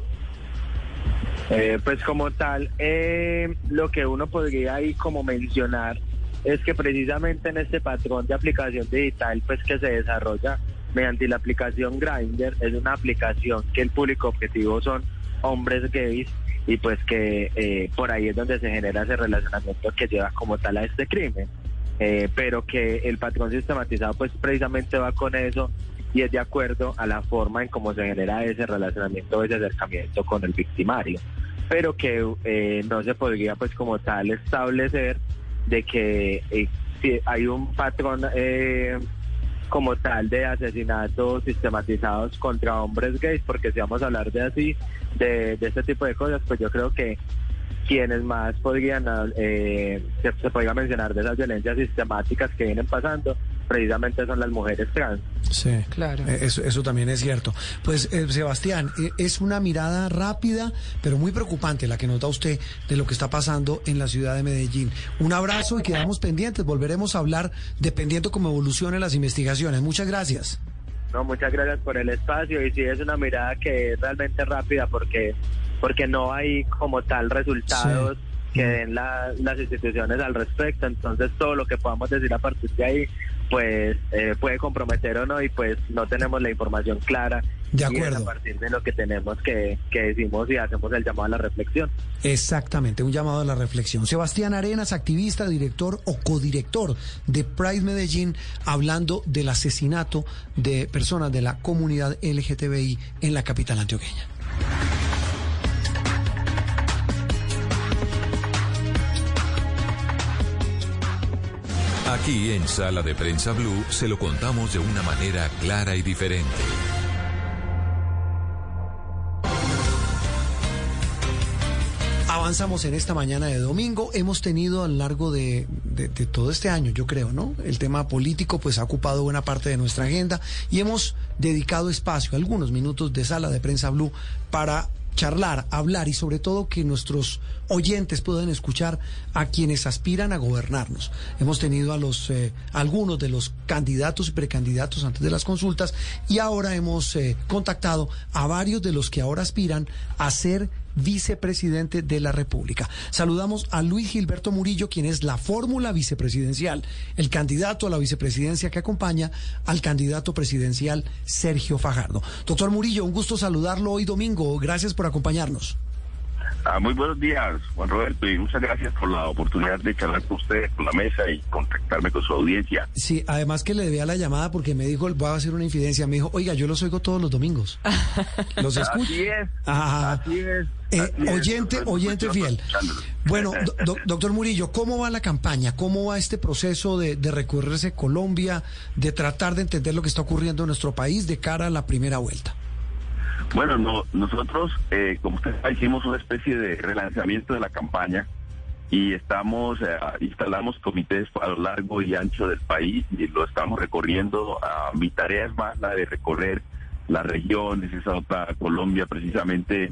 Pues como tal, lo que uno podría ahí como mencionar es que precisamente en este patrón de aplicación digital pues que se desarrolla mediante la aplicación Grindr, es una aplicación que el público objetivo son hombres gays, y pues que por ahí es donde se genera ese relacionamiento que lleva como tal a este crimen, pero que el patrón sistematizado pues precisamente va con eso y es de acuerdo a la forma en cómo se genera ese relacionamiento, ese acercamiento con el victimario, pero que no se podría pues como tal establecer de que si hay un patrón como tal de asesinatos sistematizados contra hombres gays, porque si vamos a hablar de este tipo de cosas, pues yo creo que quienes más podrían, se podría mencionar de esas violencias sistemáticas que vienen pasando, precisamente son las mujeres trans. Sí, claro. Eso también es cierto. Pues, Sebastián, es una mirada rápida, pero muy preocupante la que nota usted de lo que está pasando en la ciudad de Medellín. Un abrazo y quedamos pendientes. Volveremos a hablar dependiendo cómo evolucionen las investigaciones. Muchas gracias. No, muchas gracias por el espacio, y sí es una mirada que es realmente rápida porque no hay como tal resultados que den las instituciones al respecto. Entonces todo lo que podamos decir a partir de ahí pues puede comprometer o no, y pues no tenemos la información clara. De acuerdo. Y es a partir de lo que tenemos que decimos y hacemos el llamado a la reflexión. Exactamente, un llamado a la reflexión. Sebastián Arenas, activista, director o codirector de Pride Medellín, hablando del asesinato de personas de la comunidad LGTBI en la capital antioqueña. Aquí en Sala de Prensa Blue se lo contamos de una manera clara y diferente. Avanzamos en esta mañana de domingo. Hemos tenido a lo largo de todo este año, yo creo, ¿no? El tema político pues ha ocupado buena parte de nuestra agenda y hemos dedicado espacio, algunos minutos de Sala de Prensa Blue para charlar, hablar y sobre todo que nuestros oyentes puedan escuchar a quienes aspiran a gobernarnos. Hemos tenido a algunos de los candidatos y precandidatos antes de las consultas y ahora hemos contactado a varios de los que ahora aspiran a ser vicepresidente de la República. Saludamos a Luis Gilberto Murillo, quien es la fórmula vicepresidencial, el candidato a la vicepresidencia que acompaña al candidato presidencial Sergio Fajardo. Doctor Murillo, un gusto saludarlo hoy domingo. Gracias por acompañarnos. Muy buenos días, Juan Roberto, y muchas gracias por la oportunidad de charlar con ustedes, con la mesa y contactarme con su audiencia. Sí, además que le debía la llamada porque me dijo, voy a hacer una infidencia, me dijo, oiga, yo los oigo todos los domingos. Los escucho. Así es, así es. Oyente fiel. Bueno, doctor Murillo, ¿cómo va la campaña? ¿Cómo va este proceso de recorrerse Colombia, de tratar de entender lo que está ocurriendo en nuestro país de cara a la primera vuelta? Bueno, nosotros, como usted sabe, hicimos una especie de relanzamiento de la campaña y instalamos comités a lo largo y ancho del país y lo estamos recorriendo. Mi tarea es más la de recorrer las regiones, esa otra Colombia precisamente.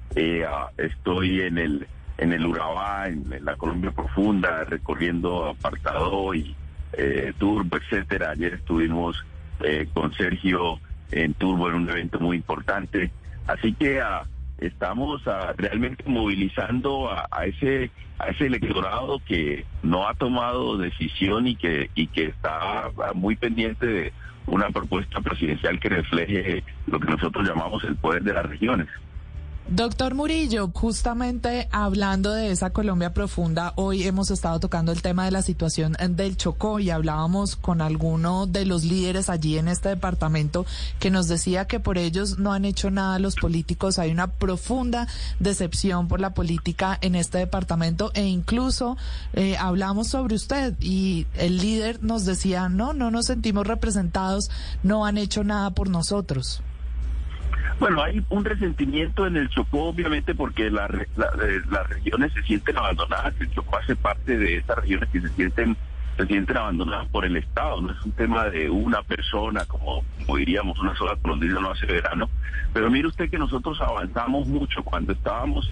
Estoy en el Urabá, en la Colombia profunda, recorriendo Apartadó y Turbo, etcétera. Ayer estuvimos con Sergio en Turbo en un evento muy importante, así que estamos realmente movilizando a ese electorado que no ha tomado decisión y que está muy pendiente de una propuesta presidencial que refleje lo que nosotros llamamos el poder de las regiones. Doctor Murillo, justamente hablando de esa Colombia profunda, hoy hemos estado tocando el tema de la situación del Chocó y hablábamos con alguno de los líderes allí en este departamento que nos decía que por ellos no han hecho nada los políticos. Hay una profunda decepción por la política en este departamento e incluso hablamos sobre usted y el líder nos decía, no nos sentimos representados, no han hecho nada por nosotros. Bueno, hay un resentimiento en el Chocó, obviamente, porque las regiones se sienten abandonadas. El Chocó hace parte de esas regiones que se sienten abandonadas por el Estado. No es un tema de una persona, como diríamos, una sola colondrina no hace verano. Pero mire usted que nosotros avanzamos mucho. Cuando estábamos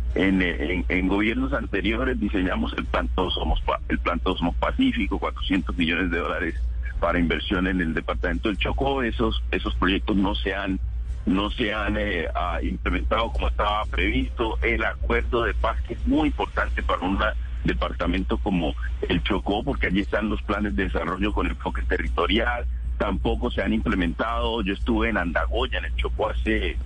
en gobiernos anteriores, diseñamos el plan Todos Somos Pacífico, $400 millones para inversión en el departamento del Chocó. Esos proyectos no se han implementado como estaba previsto. El acuerdo de paz, que es muy importante para un departamento como el Chocó, porque allí están los planes de desarrollo con enfoque territorial, tampoco se han implementado. Yo estuve en Andagoya, en el Chocó, hace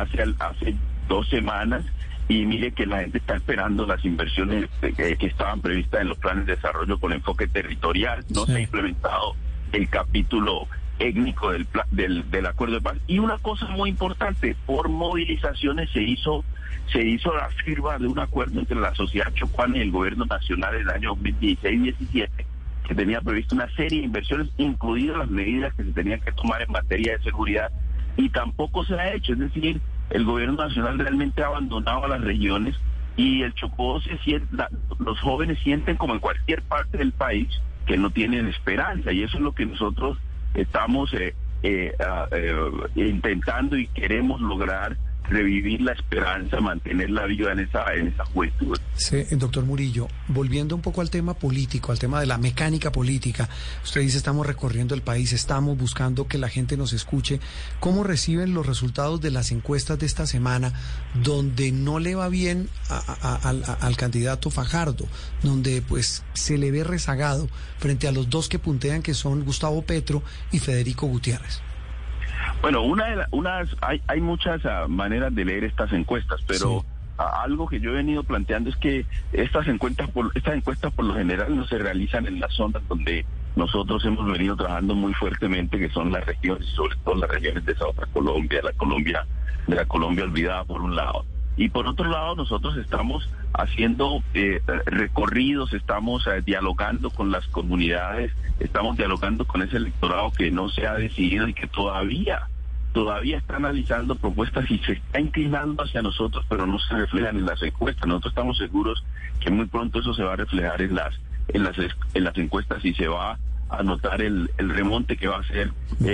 2 semanas, y mire que la gente está esperando las inversiones que estaban previstas en los planes de desarrollo con enfoque territorial. No se ha implementado el capítulo étnico del acuerdo de paz. Y una cosa muy importante, por movilizaciones se hizo la firma de un acuerdo entre la sociedad chocuana y el gobierno nacional en el año 2016-17, que tenía previsto una serie de inversiones, incluidas las medidas que se tenían que tomar en materia de seguridad, y tampoco se ha hecho. Es decir, el gobierno nacional realmente ha abandonado a las regiones, y el Chocó los jóvenes sienten, como en cualquier parte del país, que no tienen esperanza, y eso es lo que nosotros estamos intentando y queremos lograr, revivir la esperanza, mantenerla viva en esa juventud. Sí, doctor Murillo, volviendo un poco al tema político, al tema de la mecánica política, usted dice estamos recorriendo el país, estamos buscando que la gente nos escuche. ¿Cómo reciben los resultados de las encuestas de esta semana, donde no le va bien al candidato Fajardo, donde pues se le ve rezagado frente a los dos que puntean, que son Gustavo Petro y Federico Gutiérrez? Bueno, hay muchas maneras de leer estas encuestas, pero sí, algo que yo he venido planteando es que estas encuestas por lo general no se realizan en las zonas donde nosotros hemos venido trabajando muy fuertemente, que son las regiones, sobre todo las regiones de esa otra Colombia, de la Colombia olvidada por un lado. Y por otro lado, nosotros estamos haciendo recorridos, estamos dialogando con las comunidades, estamos dialogando con ese electorado que no se ha decidido y que todavía está analizando propuestas y se está inclinando hacia nosotros, pero no se reflejan en las encuestas. Nosotros estamos seguros que muy pronto eso se va a reflejar en las encuestas, y se va a notar el remonte que va a hacer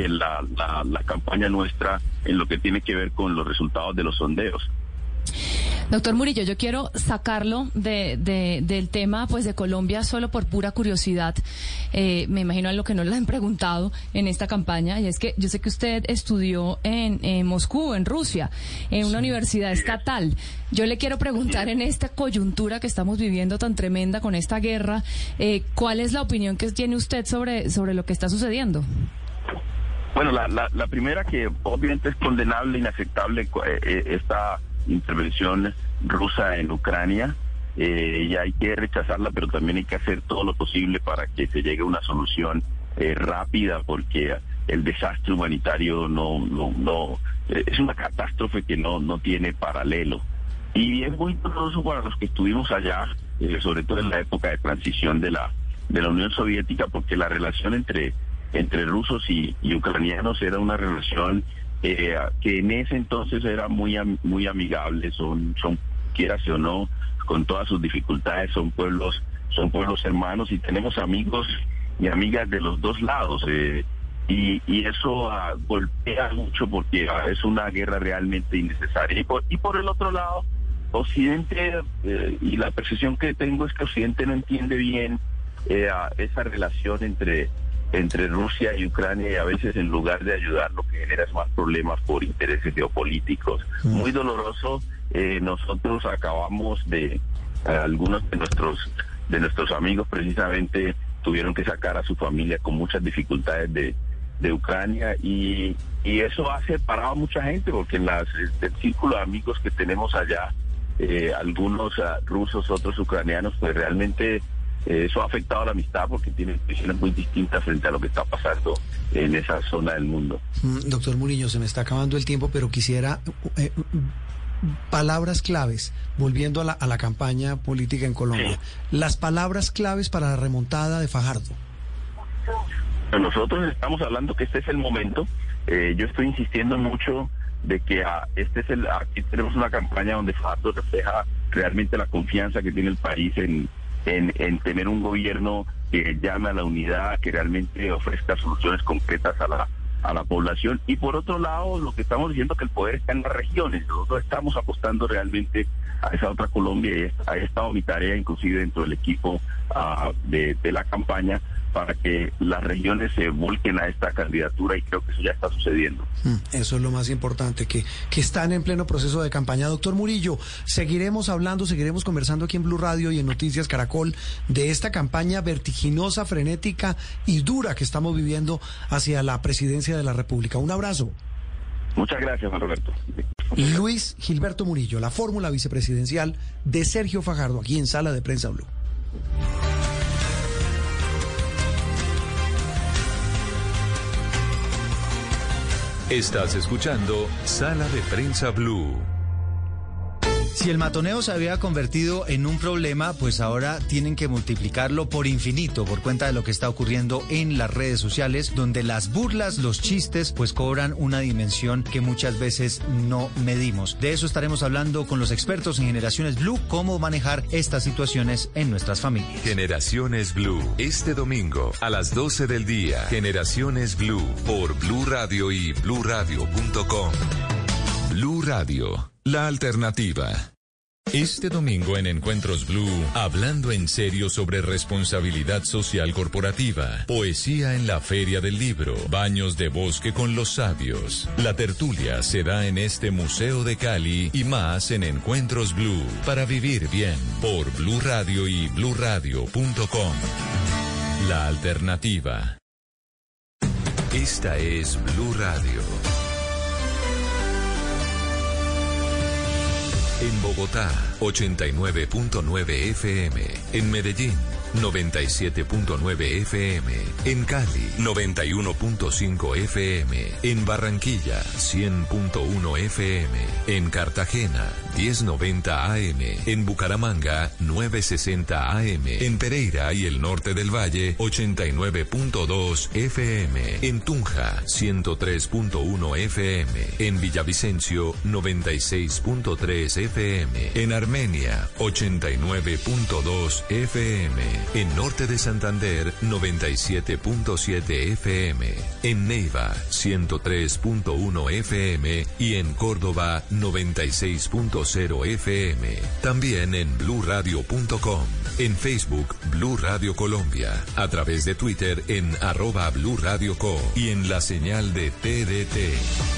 la campaña nuestra en lo que tiene que ver con los resultados de los sondeos. Doctor Murillo, yo quiero sacarlo del tema pues de Colombia solo por pura curiosidad. Me imagino a lo que no le han preguntado en esta campaña, y es que yo sé que usted estudió en Moscú, en Rusia, en una universidad estatal. Yo le quiero preguntar, en esta coyuntura que estamos viviendo tan tremenda con esta guerra, ¿cuál es la opinión que tiene usted sobre lo que está sucediendo? Bueno, la primera, que obviamente es condenable, inaceptable esta intervención rusa en Ucrania, y hay que rechazarla, pero también hay que hacer todo lo posible para que se llegue a una solución rápida, porque el desastre humanitario no es una catástrofe que no tiene paralelo, y es muy doloroso para los que estuvimos allá, sobre todo en la época de transición de la Unión Soviética, porque la relación entre rusos y ucranianos era una relación que en ese entonces era muy amigable. Son quieras o no, con todas sus dificultades, son pueblos hermanos, y tenemos amigos y amigas de los dos lados, y eso golpea mucho, porque es una guerra realmente innecesaria. Y por el otro lado, Occidente, y la percepción que tengo es que Occidente no entiende bien esa relación entre Rusia y Ucrania, y a veces, en lugar de ayudar, lo que genera es más problemas por intereses geopolíticos. Muy doloroso. Nosotros acabamos algunos de nuestros amigos precisamente tuvieron que sacar a su familia con muchas dificultades de Ucrania, y eso ha separado a mucha gente, porque en del círculo de amigos que tenemos allá, algunos rusos, otros ucranianos, pues realmente eso ha afectado a la amistad, porque tienen visiones muy distintas frente a lo que está pasando en esa zona del mundo. Doctor Murillo, se me está acabando el tiempo, pero quisiera palabras claves, volviendo a la campaña política en Colombia. Sí. Las palabras claves para la remontada de Fajardo. Nosotros estamos hablando que este es el momento. Yo estoy insistiendo mucho de que aquí tenemos una campaña donde Fajardo refleja realmente la confianza que tiene el país en tener un gobierno que llame a la unidad, que realmente ofrezca soluciones concretas a la población. Y por otro lado, lo que estamos diciendo, que el poder está en las regiones. Nosotros estamos apostando realmente a esa otra Colombia, y ha estado mi tarea inclusive dentro del equipo de la campaña, para que las regiones se volquen a esta candidatura, y creo que eso ya está sucediendo. Eso es lo más importante, que están en pleno proceso de campaña. Doctor Murillo, seguiremos hablando, seguiremos conversando aquí en Blue Radio y en Noticias Caracol de esta campaña vertiginosa, frenética y dura que estamos viviendo hacia la presidencia de la República. Un abrazo. Muchas gracias, Juan Roberto. Luis Gilberto Murillo, la fórmula vicepresidencial de Sergio Fajardo, aquí en Sala de Prensa Blue. Estás escuchando Sala de Prensa Blue. Si el matoneo se había convertido en un problema, pues ahora tienen que multiplicarlo por infinito por cuenta de lo que está ocurriendo en las redes sociales, donde las burlas, los chistes, pues cobran una dimensión que muchas veces no medimos. De eso estaremos hablando con los expertos en Generaciones Blue, cómo manejar estas situaciones en nuestras familias. Generaciones Blue, este domingo a las 12 del día. Generaciones Blue por Blue Radio y bluradio.com. Blue Radio, la alternativa. Este domingo en Encuentros Blue, hablando en serio sobre responsabilidad social corporativa, poesía en la Feria del Libro, baños de bosque con los sabios. La tertulia se da en este Museo de Cali y más en Encuentros Blue, para vivir bien, por Blue Radio y bluradio.com. La alternativa. Esta es Blue Radio. En Bogotá, 89.9 FM. En Medellín, 97.9 FM. En Cali, 91.5 FM. En Barranquilla, 100.1 FM. En Cartagena, 1090 AM. En Bucaramanga, 960 AM. En Pereira y el norte del Valle, 89.2 FM. En Tunja, 103.1 FM. En Villavicencio, 96.3 FM. En Armenia, 89.2 FM. En Norte de Santander, 97.7 FM. En Neiva, 103.1 FM. Y en Córdoba, 96.0 FM. También en bluradio.com. En Facebook, Blue Radio Colombia. A través de Twitter en @BlueRadioCo. Y en la señal de TDT.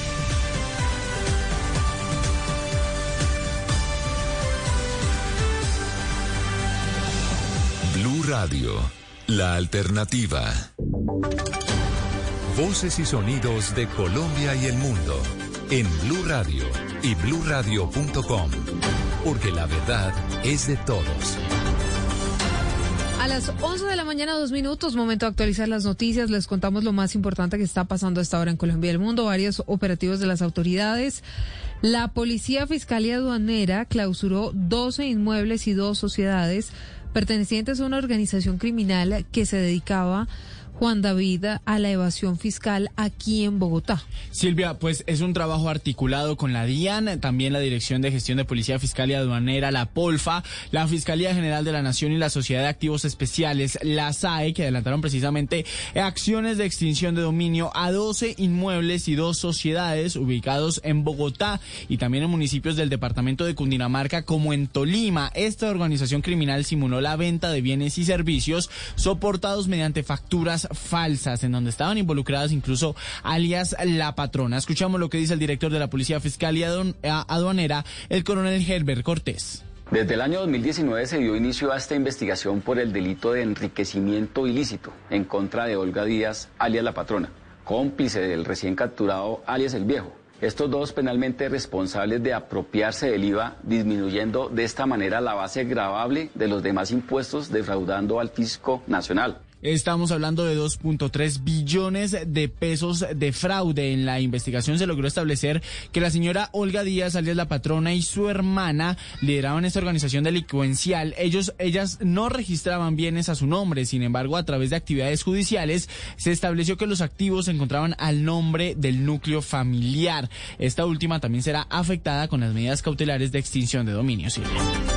Blue Radio, la alternativa. Voces y sonidos de Colombia y el mundo en Blue Radio y bluradio.com, porque la verdad es de todos. A las 11 de la mañana, 2 minutos, momento de actualizar las noticias. Les contamos lo más importante que está pasando a esta hora en Colombia y el mundo. Varios operativos de las autoridades. La Policía Fiscal y Aduanera clausuró 12 inmuebles y 2 sociedades pertenecientes a una organización criminal que se dedicaba, Juan David, a la evasión fiscal aquí en Bogotá. Silvia, pues es un trabajo articulado con la DIAN, también la Dirección de Gestión de Policía Fiscal y Aduanera, la POLFA, la Fiscalía General de la Nación y la Sociedad de Activos Especiales, la SAE, que adelantaron precisamente acciones de extinción de dominio a 12 inmuebles y 2 sociedades ubicados en Bogotá y también en municipios del departamento de Cundinamarca como en Tolima. Esta organización criminal simuló la venta de bienes y servicios soportados mediante facturas falsas, en donde estaban involucradas incluso alias La Patrona. Escuchamos lo que dice el director de la Policía Fiscal y Aduanera, el coronel Herbert Cortés. Desde el año 2019 se dio inicio a esta investigación por el delito de enriquecimiento ilícito en contra de Olga Díaz, alias La Patrona, cómplice del recién capturado alias El Viejo. Estos dos penalmente responsables de apropiarse del IVA, disminuyendo de esta manera la base gravable de los demás impuestos, defraudando al fisco nacional. Estamos hablando de 2.3 billones de pesos de fraude. En la investigación se logró establecer que la señora Olga Díaz, alias La Patrona, y su hermana lideraban esta organización delincuencial. Ellas no registraban bienes a su nombre. Sin embargo, a través de actividades judiciales se estableció que los activos se encontraban al nombre del núcleo familiar. Esta última también será afectada con las medidas cautelares de extinción de dominio. Silvia.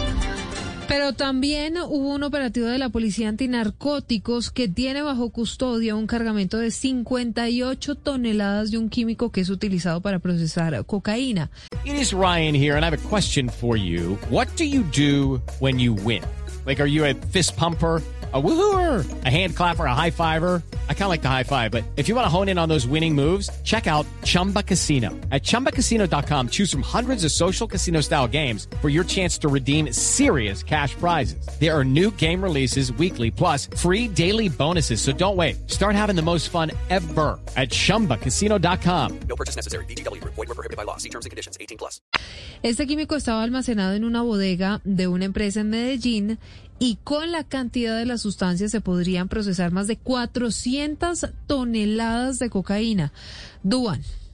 Pero también hubo un operativo de la Policía Antinarcóticos que tiene bajo custodia un cargamento de 58 toneladas de un químico que es utilizado para procesar cocaína. It is Ryan here, and I have a question for you. What do you do when you win? Like, are you a fist pumper, a woohooer, a hand clapper, a high fiver? I kind of like the high five, but if you want to hone in on those winning moves, check out Chumba Casino. At ChumbaCasino.com, choose from hundreds of social casino-style games for your chance to redeem serious cash prizes. There are new game releases weekly, plus free daily bonuses, so don't wait. Start having the most fun ever at ChumbaCasino.com. No purchase necessary. VGW. Void where prohibited by law. See terms and conditions. 18+. Este químico estaba almacenado en una bodega de una empresa en Medellín y con la cantidad de la sustancia se podrían procesar más de 400 toneladas de cocaína. Duan.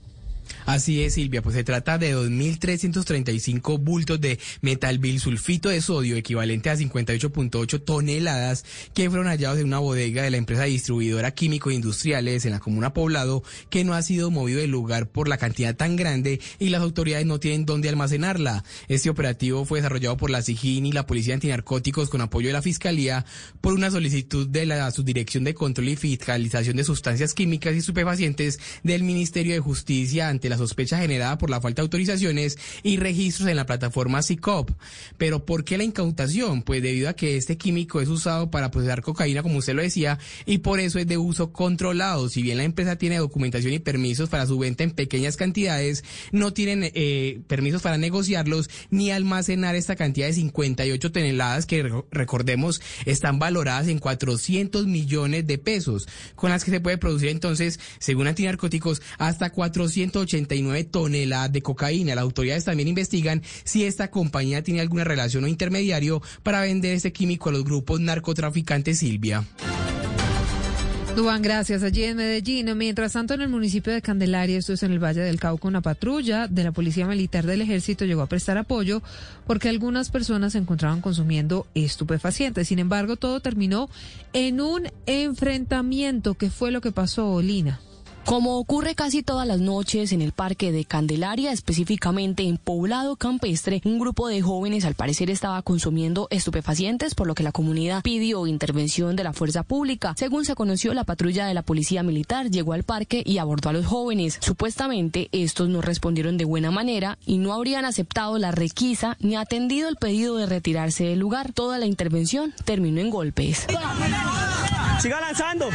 Así es, Silvia, pues se trata de 2.335 bultos de metalbilsulfito de sodio, equivalente a 58.8 toneladas, que fueron hallados en una bodega de la empresa distribuidora Químico Industriales en la comuna Poblado, que no ha sido movido del lugar por la cantidad tan grande y las autoridades no tienen dónde almacenarla. Este operativo fue desarrollado por la SIJIN y la Policía Antinarcóticos con apoyo de la Fiscalía por una solicitud de la Subdirección de Control y Fiscalización de Sustancias Químicas y Estupefacientes del Ministerio de Justicia ante la sospecha generada por la falta de autorizaciones y registros en la plataforma SICOP. Pero ¿por qué la incautación? Pues debido a que este químico es usado para procesar cocaína, como usted lo decía, y por eso es de uso controlado. Si bien la empresa tiene documentación y permisos para su venta en pequeñas cantidades, no tienen permisos para negociarlos ni almacenar esta cantidad de 58 toneladas que, recordemos, están valoradas en 400 millones de pesos, con las que se puede producir entonces, según Antinarcóticos, hasta 489 toneladas de cocaína. Las autoridades también investigan si esta compañía tiene alguna relación o intermediario para vender este químico a los grupos narcotraficantes, Silvia. Duan, gracias. Allí en Medellín, mientras tanto en el municipio de Candelaria, esto es en el Valle del Cauca, una patrulla de la Policía Militar del Ejército llegó a prestar apoyo porque algunas personas se encontraban consumiendo estupefacientes. Sin embargo, todo terminó en un enfrentamiento. ¿Qué fue lo que pasó, Lina? Como ocurre casi todas las noches en el Parque de Candelaria, específicamente en Poblado Campestre, un grupo de jóvenes al parecer estaba consumiendo estupefacientes, por lo que la comunidad pidió intervención de la fuerza pública. Según se conoció, la patrulla de la Policía Militar llegó al parque y abordó a los jóvenes. Supuestamente, estos no respondieron de buena manera y no habrían aceptado la requisa ni atendido el pedido de retirarse del lugar. Toda la intervención terminó en golpes. ¡Siga lanzando!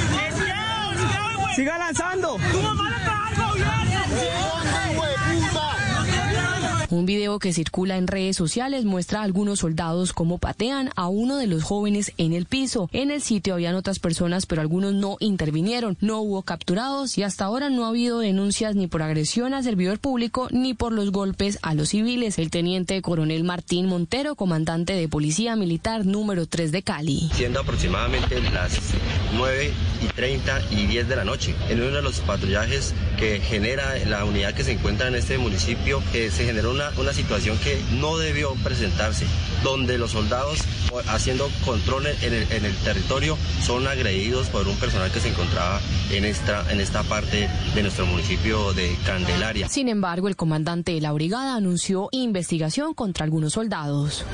¡Siga lanzando! Un video que circula en redes sociales muestra a algunos soldados cómo patean a uno de los jóvenes en el piso. En el sitio habían otras personas, pero algunos no intervinieron. No hubo capturados y hasta ahora no ha habido denuncias ni por agresión al servidor público ni por los golpes a los civiles. El teniente coronel Martín Montero, comandante de Policía Militar número 3 de Cali. Siendo aproximadamente las 9:30 y 10 de la noche, en uno de los patrullajes que genera la unidad que se encuentra en este municipio, se generó una situación que no debió presentarse, donde los soldados, haciendo control en el territorio, son agredidos por un personal que se encontraba en esta parte de nuestro municipio de Candelaria. Sin embargo, el comandante de la brigada anunció investigación contra algunos soldados.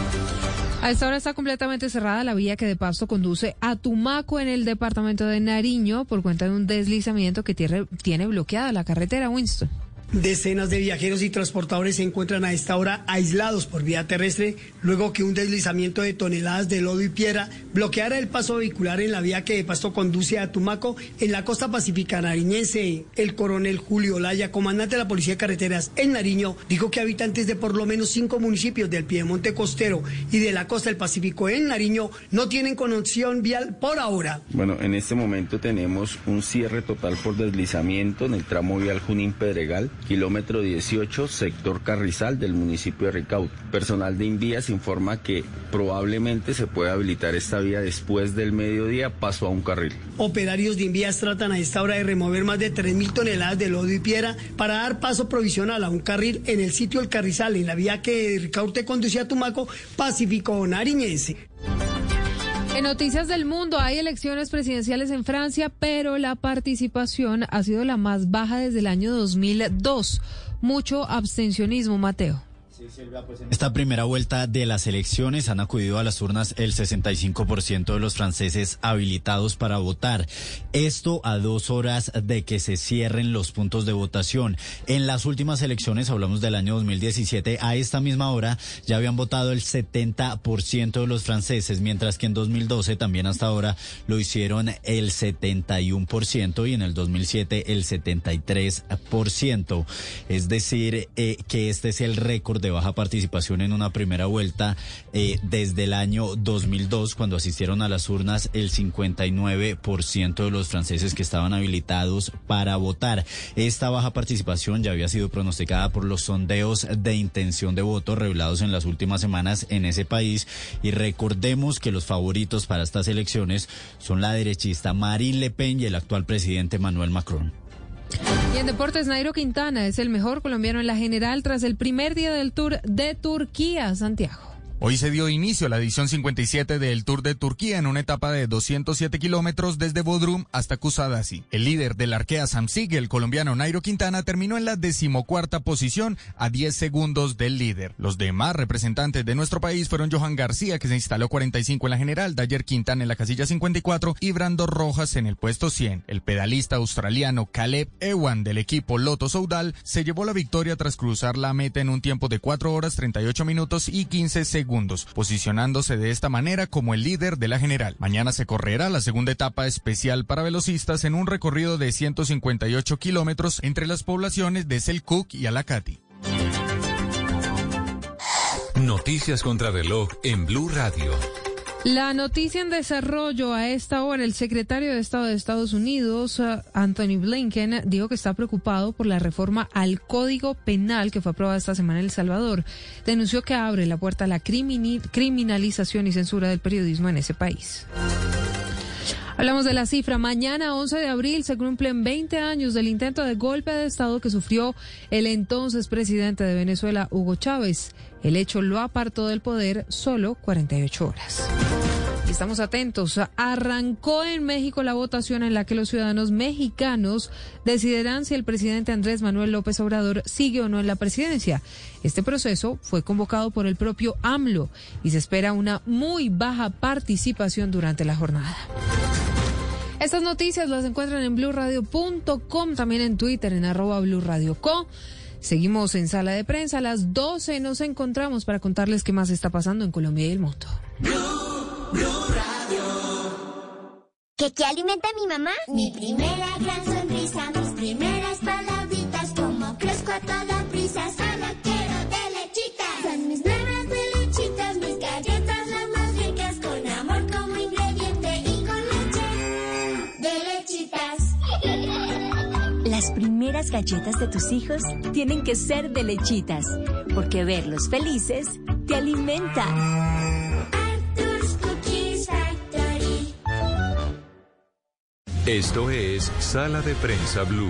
A esta hora está completamente cerrada la vía que de Pasto conduce a Tumaco en el departamento de Nariño por cuenta de un deslizamiento que tiene bloqueada la carretera, Winston. Decenas de viajeros y transportadores se encuentran a esta hora aislados por vía terrestre luego que un deslizamiento de toneladas de lodo y piedra bloqueara el paso vehicular en la vía que de Pasto conduce a Tumaco en la costa pacífica nariñense. El coronel Julio Laya, comandante de la Policía de Carreteras en Nariño, dijo que habitantes de por lo menos 5 municipios del piedemonte costero y de la costa del Pacífico en Nariño no tienen conexión vial por ahora. Bueno, en este momento tenemos un cierre total por deslizamiento en el tramo vial Junín-Pedregal, kilómetro 18, sector Carrizal del municipio de Ricaute. Personal de Invías informa que probablemente se puede habilitar esta vía después del mediodía, paso a un carril. Operarios de Invías tratan a esta hora de remover más de 3.000 toneladas de lodo y piedra para dar paso provisional a un carril en el sitio El Carrizal, en la vía que de Ricaute conduce a Tumaco, Pacífico nariñense. En Noticias del Mundo hay elecciones presidenciales en Francia, pero la participación ha sido la más baja desde el año 2002. Mucho abstencionismo, Mateo. En esta primera vuelta de las elecciones han acudido a las urnas el 65% de los franceses habilitados para votar. Esto a 2 horas de que se cierren los puntos de votación. En las últimas elecciones, hablamos del año 2017, a esta misma hora ya habían votado el 70% de los franceses, mientras que en 2012 también hasta ahora lo hicieron el 71% y en el 2007 el 73%. Es decir, que este es el récord de baja participación en una primera vuelta desde el año 2002, cuando asistieron a las urnas el 59% de los franceses que estaban habilitados para votar. Esta baja participación ya había sido pronosticada por los sondeos de intención de voto revelados en las últimas semanas en ese país, y recordemos que los favoritos para estas elecciones son la derechista Marine Le Pen y el actual presidente Emmanuel Macron. Y en deportes, Nairo Quintana es el mejor colombiano en la general tras el primer día del Tour de Turquía, Santiago. Hoy se dio inicio a la edición 57 del Tour de Turquía en una etapa de 207 kilómetros desde Bodrum hasta Kusadasi. El líder del Arkea Samsic, el colombiano Nairo Quintana, terminó en la 14ª posición a 10 segundos del líder. Los demás representantes de nuestro país fueron Johan García, que se instaló 45 en la general, Dyer Quintana en la casilla 54 y Brando Rojas en el puesto 100. El pedalista australiano Caleb Ewan del equipo Lotto Soudal se llevó la victoria tras cruzar la meta en un tiempo de 4 horas 38 minutos y 15 segundos, posicionándose de esta manera como el líder de la general. Mañana se correrá la segunda etapa especial para velocistas en un recorrido de 158 kilómetros entre las poblaciones de Selkuk y Alacati. Noticias contra reloj en Blue Radio. La noticia en desarrollo a esta hora, el secretario de Estado de Estados Unidos, Anthony Blinken, dijo que está preocupado por la reforma al Código Penal que fue aprobada esta semana en El Salvador. Denunció que abre la puerta a la criminalización y censura del periodismo en ese país. Hablamos de la cifra. Mañana, 11 de abril, se cumplen 20 años del intento de golpe de Estado que sufrió el entonces presidente de Venezuela, Hugo Chávez. El hecho lo apartó del poder solo 48 horas. Y estamos atentos. Arrancó en México la votación en la que los ciudadanos mexicanos decidirán si el presidente Andrés Manuel López Obrador sigue o no en la presidencia. Este proceso fue convocado por el propio AMLO y se espera una muy baja participación durante la jornada. Estas noticias las encuentran en blurradio.com, también en Twitter, en @blurradioco. Seguimos en Sala de Prensa. A las 12 nos encontramos para contarles qué más está pasando en Colombia y el mundo. ¿Qué alimenta a mi mamá? Mi primera gran sonrisa, mis primeras palabritas, como crezco a toda prisa, solo quiero de lechitas. Son mis nuevas de lechitas, mis galletas las más ricas, con amor como ingrediente y con leche de lechitas. Las primeras galletas de tus hijos tienen que ser de lechitas, porque verlos felices te alimenta. Arthur's Cookies Factory. Esto es Sala de Prensa Blue.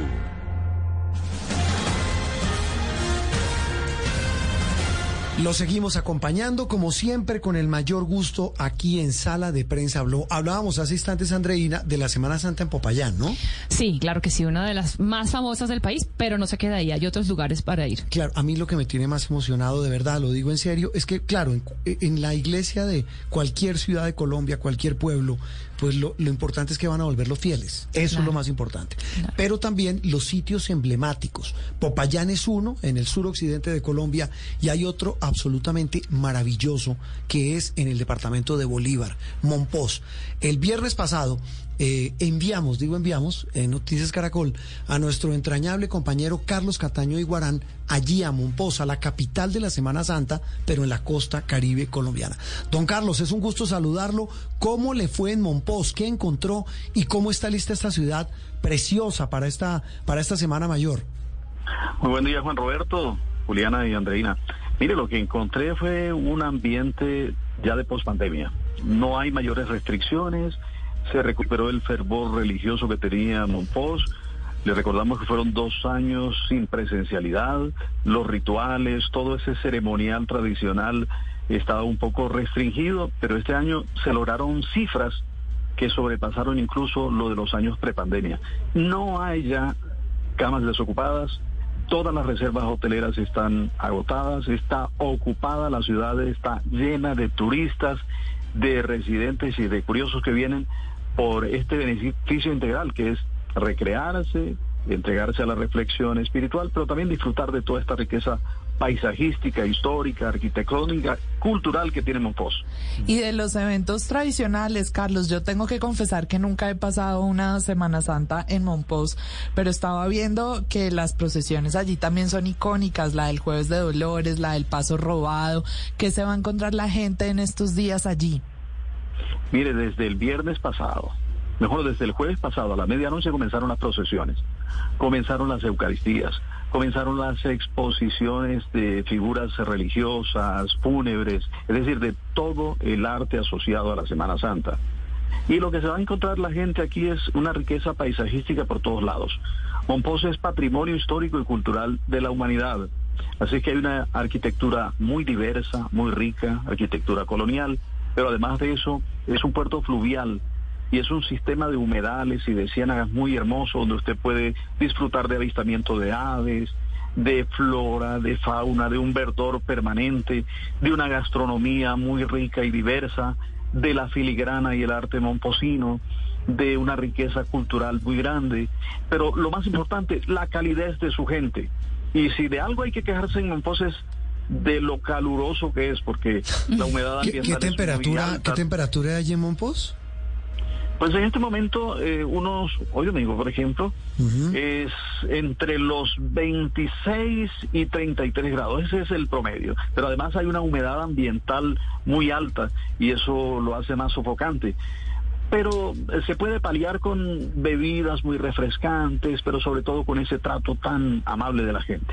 Lo seguimos acompañando, como siempre, con el mayor gusto aquí en Sala de Prensa Blue. Hablábamos hace instantes, Andreina, de la Semana Santa en Popayán, ¿no? Sí, claro que sí, una de las más famosas del país, pero no se queda ahí, hay otros lugares para ir. Claro, a mí lo que me tiene más emocionado, de verdad, lo digo en serio, es que, claro, en la iglesia de cualquier ciudad de Colombia, cualquier pueblo, pues lo importante es que van a volver los fieles. Eso es lo más importante. Claro. Pero también los sitios emblemáticos. Popayán es uno, en el suroccidente de Colombia, y hay otro absolutamente maravilloso, que es en el departamento de Bolívar, Monpós. El viernes pasado enviamos en Noticias Caracol a nuestro entrañable compañero Carlos Cataño Iguarán allí a Monpós, a la capital de la Semana Santa, pero en la costa caribe colombiana. Don Carlos, es un gusto saludarlo. ¿Cómo le fue en Monpós? ¿Qué encontró? ¿Y cómo está lista esta ciudad preciosa para esta Semana Mayor? Muy buen día, Juan Roberto, Juliana y Andreina. Mire, lo que encontré fue un ambiente ya de pospandemia. No hay mayores restricciones, se recuperó el fervor religioso que tenía Monpós. Le recordamos que fueron 2 años sin presencialidad, los rituales, todo ese ceremonial tradicional estaba un poco restringido, pero este año se lograron cifras que sobrepasaron incluso lo de los años prepandemia. No hay ya camas desocupadas, todas las reservas hoteleras están agotadas, está ocupada la ciudad, está llena de turistas, de residentes y de curiosos que vienen por este beneficio integral que es recrearse, entregarse a la reflexión espiritual, pero también disfrutar de toda esta riqueza paisajística, histórica, arquitectónica, cultural que tiene Monpós. Y de los eventos tradicionales, Carlos, yo tengo que confesar que nunca he pasado una Semana Santa en Monpós, pero estaba viendo que las procesiones allí también son icónicas, la del Jueves de Dolores, la del Paso Robado. ¿Qué se va a encontrar la gente en estos días allí? Mire, desde el viernes pasado, desde el jueves pasado a la medianoche comenzaron las procesiones, comenzaron las eucaristías, comenzaron las exposiciones de figuras religiosas, fúnebres, es decir, de todo el arte asociado a la Semana Santa. Y lo que se va a encontrar la gente aquí es una riqueza paisajística por todos lados. Mompox es patrimonio histórico y cultural de la humanidad. Así que hay una arquitectura muy diversa, muy rica, arquitectura colonial, pero además de eso es un puerto fluvial y es un sistema de humedales y de ciénagas muy hermoso donde usted puede disfrutar de avistamiento de aves, de flora, de fauna, de un verdor permanente, de una gastronomía muy rica y diversa, de la filigrana y el arte momposino, de una riqueza cultural muy grande, pero lo más importante, la calidez de su gente. Y si de algo hay que quejarse en Mompox es de lo caluroso que es, porque la humedad ambiental ¿Qué temperatura hay en Mompox? Pues en este momento, hoy domingo, por ejemplo, es entre los 26 y 33 grados. Ese es el promedio. Pero además hay una humedad ambiental muy alta y eso lo hace más sofocante. Pero se puede paliar con bebidas muy refrescantes, pero sobre todo con ese trato tan amable de la gente.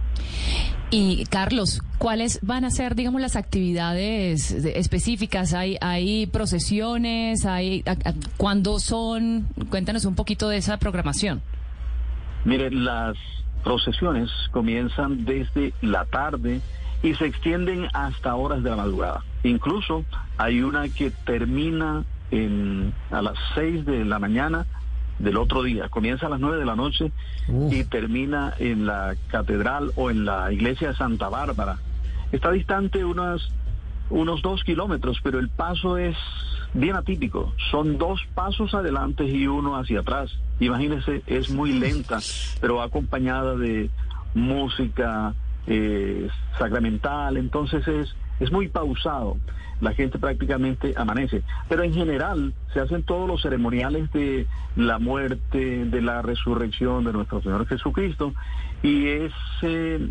Y Carlos, ¿cuáles van a ser, digamos, las actividades específicas? ¿Hay procesiones? ¿Cuándo son? Cuéntanos un poquito de esa programación. Mire, las procesiones comienzan desde la tarde y se extienden hasta horas de la madrugada. Incluso hay una que termina a las 6 de la mañana del otro día. Comienza a las 9 de la noche y termina en la catedral o en la iglesia de Santa Bárbara. Está distante unos 2 kilómetros, pero el paso es bien atípico. Son 2 pasos adelante y 1 hacia atrás. Imagínense, es muy lenta, pero acompañada de música sacramental. Entonces es muy pausado. La gente prácticamente amanece. Pero en general se hacen todos los ceremoniales de la muerte, de la resurrección de nuestro Señor Jesucristo, y ese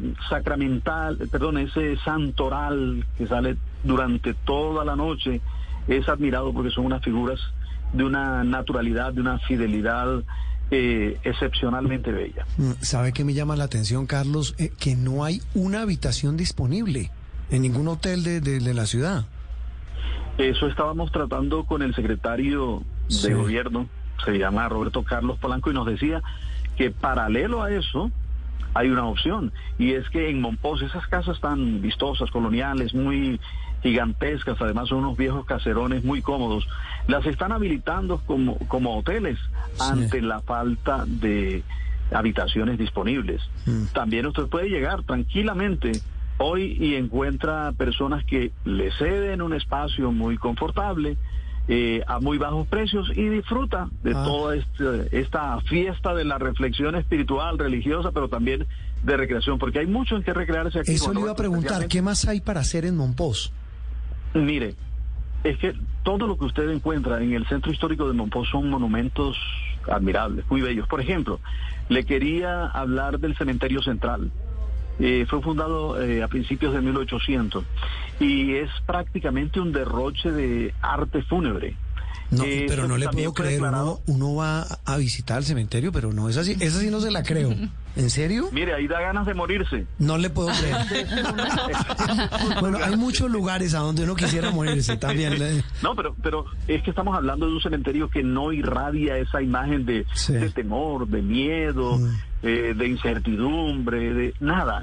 ese santoral que sale durante toda la noche es admirado porque son unas figuras de una naturalidad, de una fidelidad excepcionalmente bella. ¿Sabe qué me llama la atención, Carlos? Que no hay una habitación disponible en ningún hotel de la ciudad. Eso estábamos tratando con el secretario de gobierno, se llama Roberto Carlos Polanco, y nos decía que paralelo a eso hay una opción, y es que en Mompox esas casas tan vistosas, coloniales, muy gigantescas, además son unos viejos caserones muy cómodos, las están habilitando como hoteles ante la falta de habitaciones disponibles. También usted puede llegar tranquilamente hoy y encuentra personas que le ceden un espacio muy confortable a muy bajos precios y disfruta de toda esta fiesta de la reflexión espiritual, religiosa, pero también de recreación, porque hay mucho en que recrearse aquí. Eso le iba a preguntar, ¿qué más hay para hacer en Mompox? Mire, es que todo lo que usted encuentra en el centro histórico de Mompox son monumentos admirables, muy bellos. Por ejemplo, le quería hablar del cementerio central. Fue fundado a principios de 1800 y es prácticamente un derroche de arte fúnebre. No, pero no le puedo creer, uno va a visitar el cementerio, pero no es así, esa sí no se la creo. ¿En serio? Mire, ahí da ganas de morirse. No le puedo creer. Bueno, hay muchos lugares a donde uno quisiera morirse también. No, pero es que estamos hablando de un cementerio que no irradia esa imagen de temor, de miedo, de incertidumbre, de nada.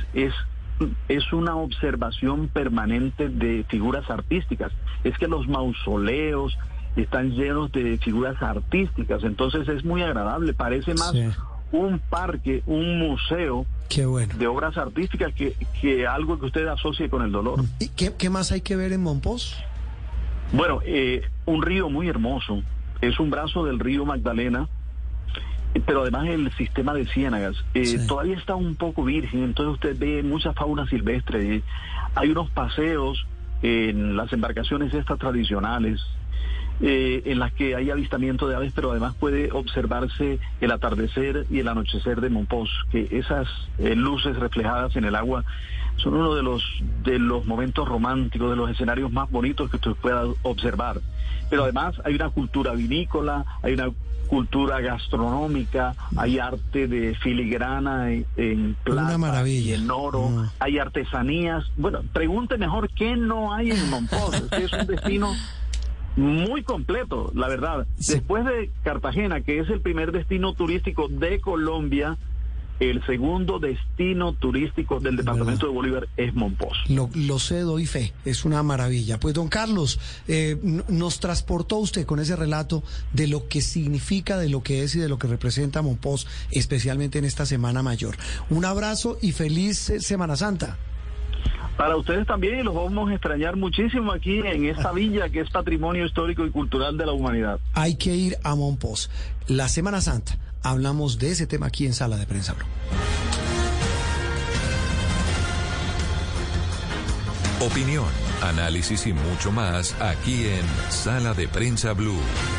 Es una observación permanente de figuras artísticas. Es que los mausoleos están llenos de figuras artísticas, entonces es muy agradable, parece más un parque, un museo de obras artísticas que algo que usted asocie con el dolor. ¿Y qué más hay que ver en Mompox? Bueno, un río muy hermoso, es un brazo del río Magdalena, pero además el sistema de ciénagas todavía está un poco virgen, entonces usted ve mucha fauna silvestre, hay unos paseos en las embarcaciones estas tradicionales, en las que hay avistamiento de aves, pero además puede observarse el atardecer y el anochecer de Mompox, que esas luces reflejadas en el agua son uno de los momentos románticos, de los escenarios más bonitos que usted pueda observar. Pero además hay una cultura vinícola, hay una cultura gastronómica, hay arte de filigrana en plata y en oro, hay artesanías. Bueno, pregunte mejor qué no hay en Mompox, es un destino muy completo, la verdad. Sí. Después de Cartagena, que es el primer destino turístico de Colombia, el segundo destino turístico del departamento de Bolívar es Mompox. Lo sé, doy fe, es una maravilla. Pues don Carlos, nos transportó usted con ese relato de lo que significa, de lo que es y de lo que representa Mompox, especialmente en esta Semana Mayor. Un abrazo y feliz Semana Santa. Para ustedes también, y los vamos a extrañar muchísimo aquí en esta villa que es patrimonio histórico y cultural de la humanidad. Hay que ir a Mompox. La Semana Santa, hablamos de ese tema aquí en Sala de Prensa Blue. Opinión, análisis y mucho más aquí en Sala de Prensa Blue.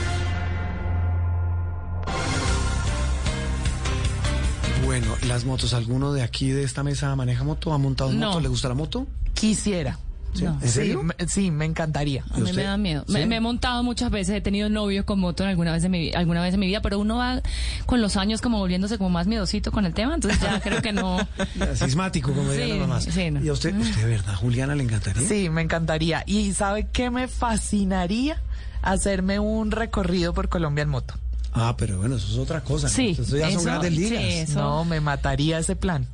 Bueno, las motos, ¿alguno de aquí de esta mesa maneja moto? ¿Ha montado moto? ¿Le gusta la moto? Quisiera. ¿Sí? No. ¿En serio? Sí, me encantaría. A mí me da miedo. ¿Sí? Me he montado muchas veces, he tenido novios con moto alguna vez en mi vida, pero uno va con los años como volviéndose como más miedosito con el tema, entonces ya creo que no. Sismático, como dirían las mamás. Sí, no. ¿Y a usted, verdad, Juliana, le encantaría? Sí, me encantaría. ¿Y sabe qué me fascinaría? Hacerme un recorrido por Colombia en moto. Ah, pero bueno, eso es otra cosa. Sí, eso ya son grandes ligas. Sí, eso. No, me mataría ese plan.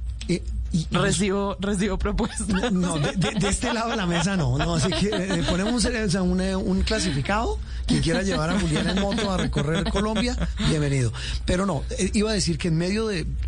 Recibo propuestas. No, de este lado de la mesa no, así que ponemos un clasificado. Quien quiera llevar a Juliana en moto a recorrer Colombia, bienvenido. Pero no, iba a decir que en medio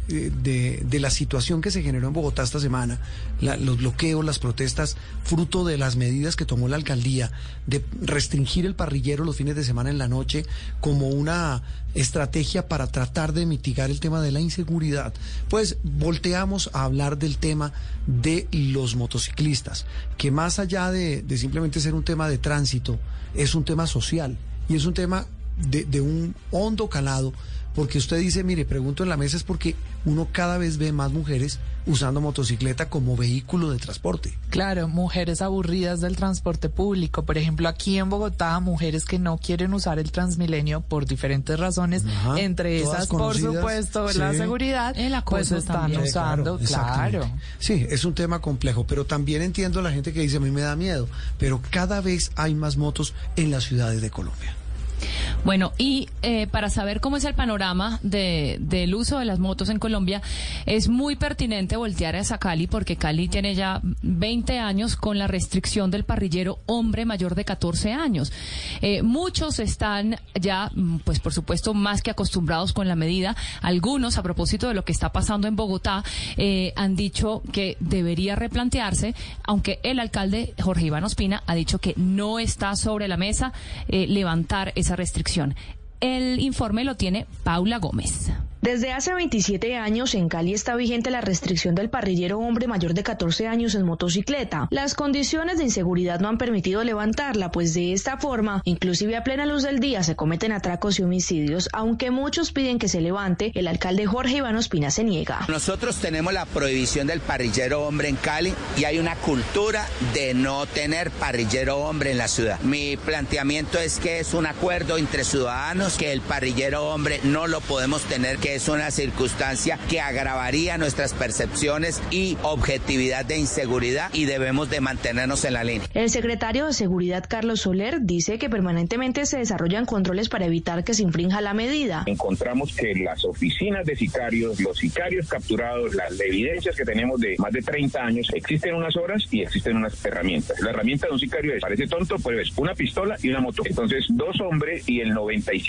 de la situación que se generó en Bogotá esta semana, los bloqueos, las protestas, fruto de las medidas que tomó la alcaldía de restringir el parrillero los fines de semana en la noche como una estrategia para tratar de mitigar el tema de la inseguridad, pues volteamos a hablar del tema de los motociclistas, que más allá de simplemente ser un tema de tránsito, es un tema social y es un tema de un hondo calado, porque usted dice, mire, pregunto en la mesa, es porque uno cada vez ve más mujeres usando motocicleta como vehículo de transporte. Claro, mujeres aburridas del transporte público. Por ejemplo, aquí en Bogotá, mujeres que no quieren usar el Transmilenio por diferentes razones, entre esas, por supuesto, sí, la seguridad, pues están también usando, claro. Sí, es un tema complejo, pero también entiendo a la gente que dice, a mí me da miedo, pero cada vez hay más motos en las ciudades de Colombia. Bueno, y para saber cómo es el panorama del uso de las motos en Colombia, es muy pertinente voltear hacia Cali, porque Cali tiene ya 20 años con la restricción del parrillero hombre mayor de 14 años. Muchos están ya, pues por supuesto, más que acostumbrados con la medida. Algunos, a propósito de lo que está pasando en Bogotá, han dicho que debería replantearse, aunque el alcalde Jorge Iván Ospina ha dicho que no está sobre la mesa levantar esa restricción. El informe lo tiene Paula Gómez. Desde hace 27 años en Cali está vigente la restricción del parrillero hombre mayor de 14 años en motocicleta. Las condiciones de inseguridad no han permitido levantarla, pues de esta forma, inclusive a plena luz del día, se cometen atracos y homicidios. Aunque muchos piden que se levante, el alcalde Jorge Iván Ospina se niega. Nosotros tenemos la prohibición del parrillero hombre en Cali y hay una cultura de no tener parrillero hombre en la ciudad. Mi planteamiento es que es un acuerdo entre ciudadanos, que el parrillero hombre no lo podemos tener, que es una circunstancia que agravaría nuestras percepciones y objetividad de inseguridad, y debemos de mantenernos en la línea. El secretario de Seguridad, Carlos Soler, dice que permanentemente se desarrollan controles para evitar que se infrinja la medida. Encontramos que las oficinas de sicarios, los sicarios capturados, las evidencias que tenemos de más de 30 años, existen unas horas y existen unas herramientas. La herramienta de un sicario parece tonto, pues es una pistola y una moto. Entonces, 2 hombres y el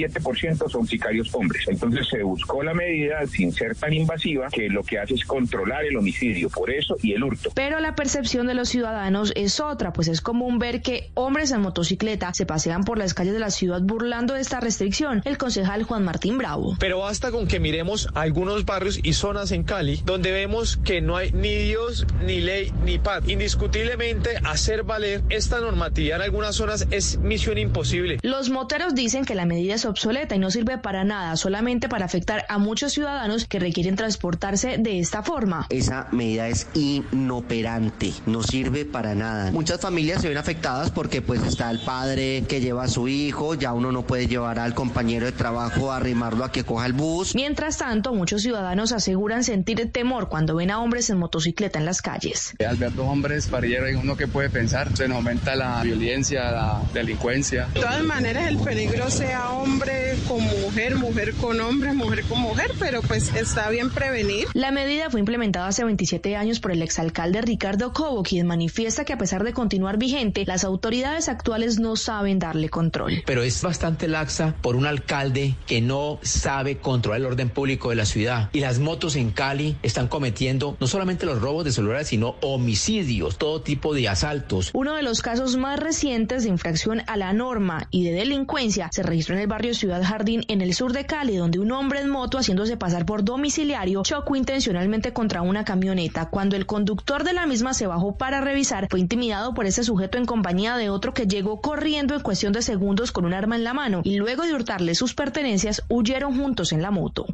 97% son sicarios hombres. Entonces se buscó la medida sin ser tan invasiva, que lo que hace es controlar el homicidio, por eso, y el hurto. Pero la percepción de los ciudadanos es otra, pues es común ver que hombres en motocicleta se pasean por las calles de la ciudad burlando de esta restricción. El concejal Juan Martín Bravo. Pero basta con que miremos algunos barrios y zonas en Cali donde vemos que no hay ni Dios, ni ley, ni paz. Indiscutiblemente, hacer valer esta normatividad en algunas zonas es misión imposible. Los moteros dicen que la medida es obsoleta y no sirve para nada, solamente para afectar a muchos ciudadanos que requieren transportarse de esta forma. Esa medida es inoperante, no sirve para nada. Muchas familias se ven afectadas porque pues está el padre que lleva a su hijo, ya uno no puede llevar al compañero de trabajo a arrimarlo a que coja el bus. Mientras tanto, muchos ciudadanos aseguran sentir temor cuando ven a hombres en motocicleta en las calles. Al ver dos hombres parrilleros, uno que puede pensar, se nos aumenta la violencia, la delincuencia. De todas maneras, el peligro sea hombre con mujer, mujer con hombre, mujer con mujer, pero pues está bien prevenir. La medida fue implementada hace 27 años por el exalcalde Ricardo Cobo, quien manifiesta que a pesar de continuar vigente, las autoridades actuales no saben darle control. Pero es bastante laxa por un alcalde que no sabe controlar el orden público de la ciudad. Y las motos en Cali están cometiendo no solamente los robos de celulares, sino homicidios, todo tipo de asaltos. Uno de los casos más recientes de infracción a la norma y de delincuencia se registró en el barrio Ciudad Jardín, en el sur de Cali, donde un hombre en moto, haciéndose pasar por domiciliario, chocó intencionalmente contra una camioneta. Cuando el conductor de la misma se bajó para revisar, fue intimidado por ese sujeto en compañía de otro que llegó corriendo en cuestión de segundos con un arma en la mano, y luego de hurtarle sus pertenencias, huyeron juntos en la moto.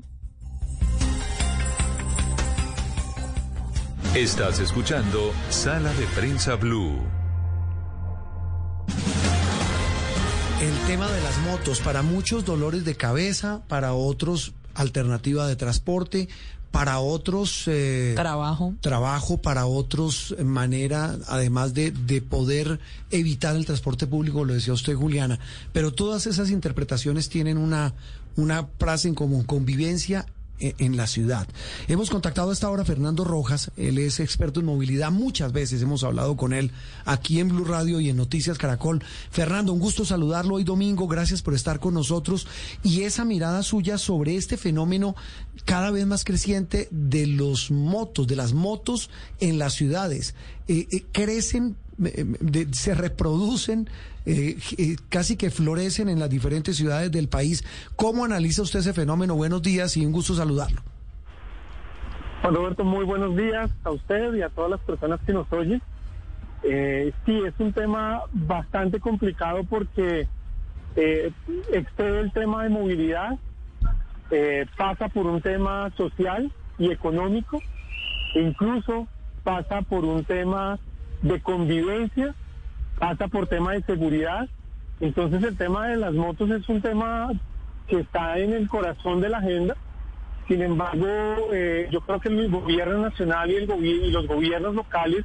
Estás escuchando Sala de Prensa Blue. El tema de las motos, para muchos dolores de cabeza, para otros alternativa de transporte, para otros trabajo, para otros manera, además de poder evitar el transporte público, lo decía usted, Juliana. Pero todas esas interpretaciones tienen una frase en común: convivencia en la ciudad. Hemos contactado a esta hora a Fernando Rojas, él es experto en movilidad, muchas veces hemos hablado con él aquí en Blue Radio y en Noticias Caracol. Fernando, un gusto saludarlo hoy domingo, gracias por estar con nosotros, y esa mirada suya sobre este fenómeno cada vez más creciente de las motos en las ciudades. Crecen, se reproducen, casi que florecen en las diferentes ciudades del país. ¿Cómo analiza usted ese fenómeno? Buenos días y un gusto saludarlo. Juan Roberto, muy buenos días a usted y a todas las personas que nos oyen. Sí, es un tema bastante complicado porque excede el tema de movilidad, pasa por un tema social y económico, e incluso pasa por un tema de convivencia, pasa por tema de seguridad. Entonces el tema de las motos es un tema que está en el corazón de la agenda. Sin embargo, yo creo que el gobierno nacional y los gobiernos locales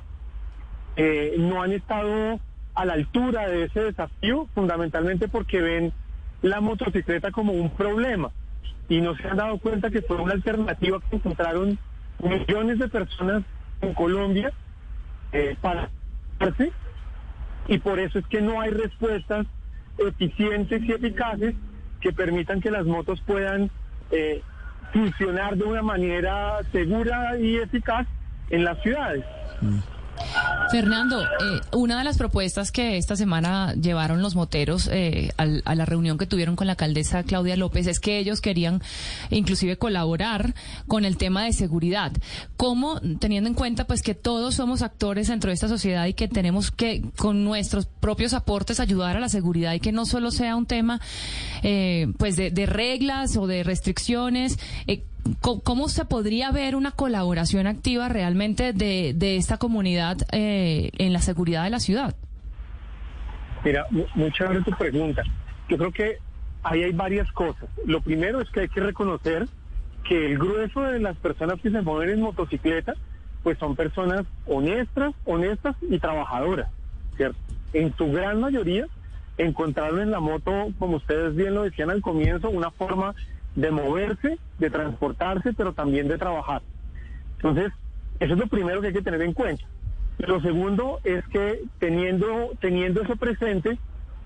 no han estado a la altura de ese desafío, fundamentalmente porque ven la motocicleta como un problema y no se han dado cuenta que fue una alternativa que encontraron millones de personas en Colombia para hacerse, y por eso es que no hay respuestas eficientes y eficaces que permitan que las motos puedan funcionar de una manera segura y eficaz en las ciudades. Fernando, una de las propuestas que esta semana llevaron los moteros a la reunión que tuvieron con la alcaldesa Claudia López es que ellos querían inclusive colaborar con el tema de seguridad. ¿Cómo, teniendo en cuenta pues que todos somos actores dentro de esta sociedad y que tenemos que con nuestros propios aportes ayudar a la seguridad y que no solo sea un tema pues de reglas o de restricciones? ¿Cómo se podría ver una colaboración activa realmente de esta comunidad en la seguridad de la ciudad? Mira, muy chévere tu pregunta. Yo creo que ahí hay varias cosas. Lo primero es que hay que reconocer que el grueso de las personas que se mueven en motocicleta pues son personas honestas y trabajadoras, ¿cierto? En su gran mayoría encontraron en la moto, como ustedes bien lo decían al comienzo, una forma de moverse, de transportarse, pero también de trabajar. Entonces, eso es lo primero que hay que tener en cuenta. Lo segundo es que teniendo eso presente,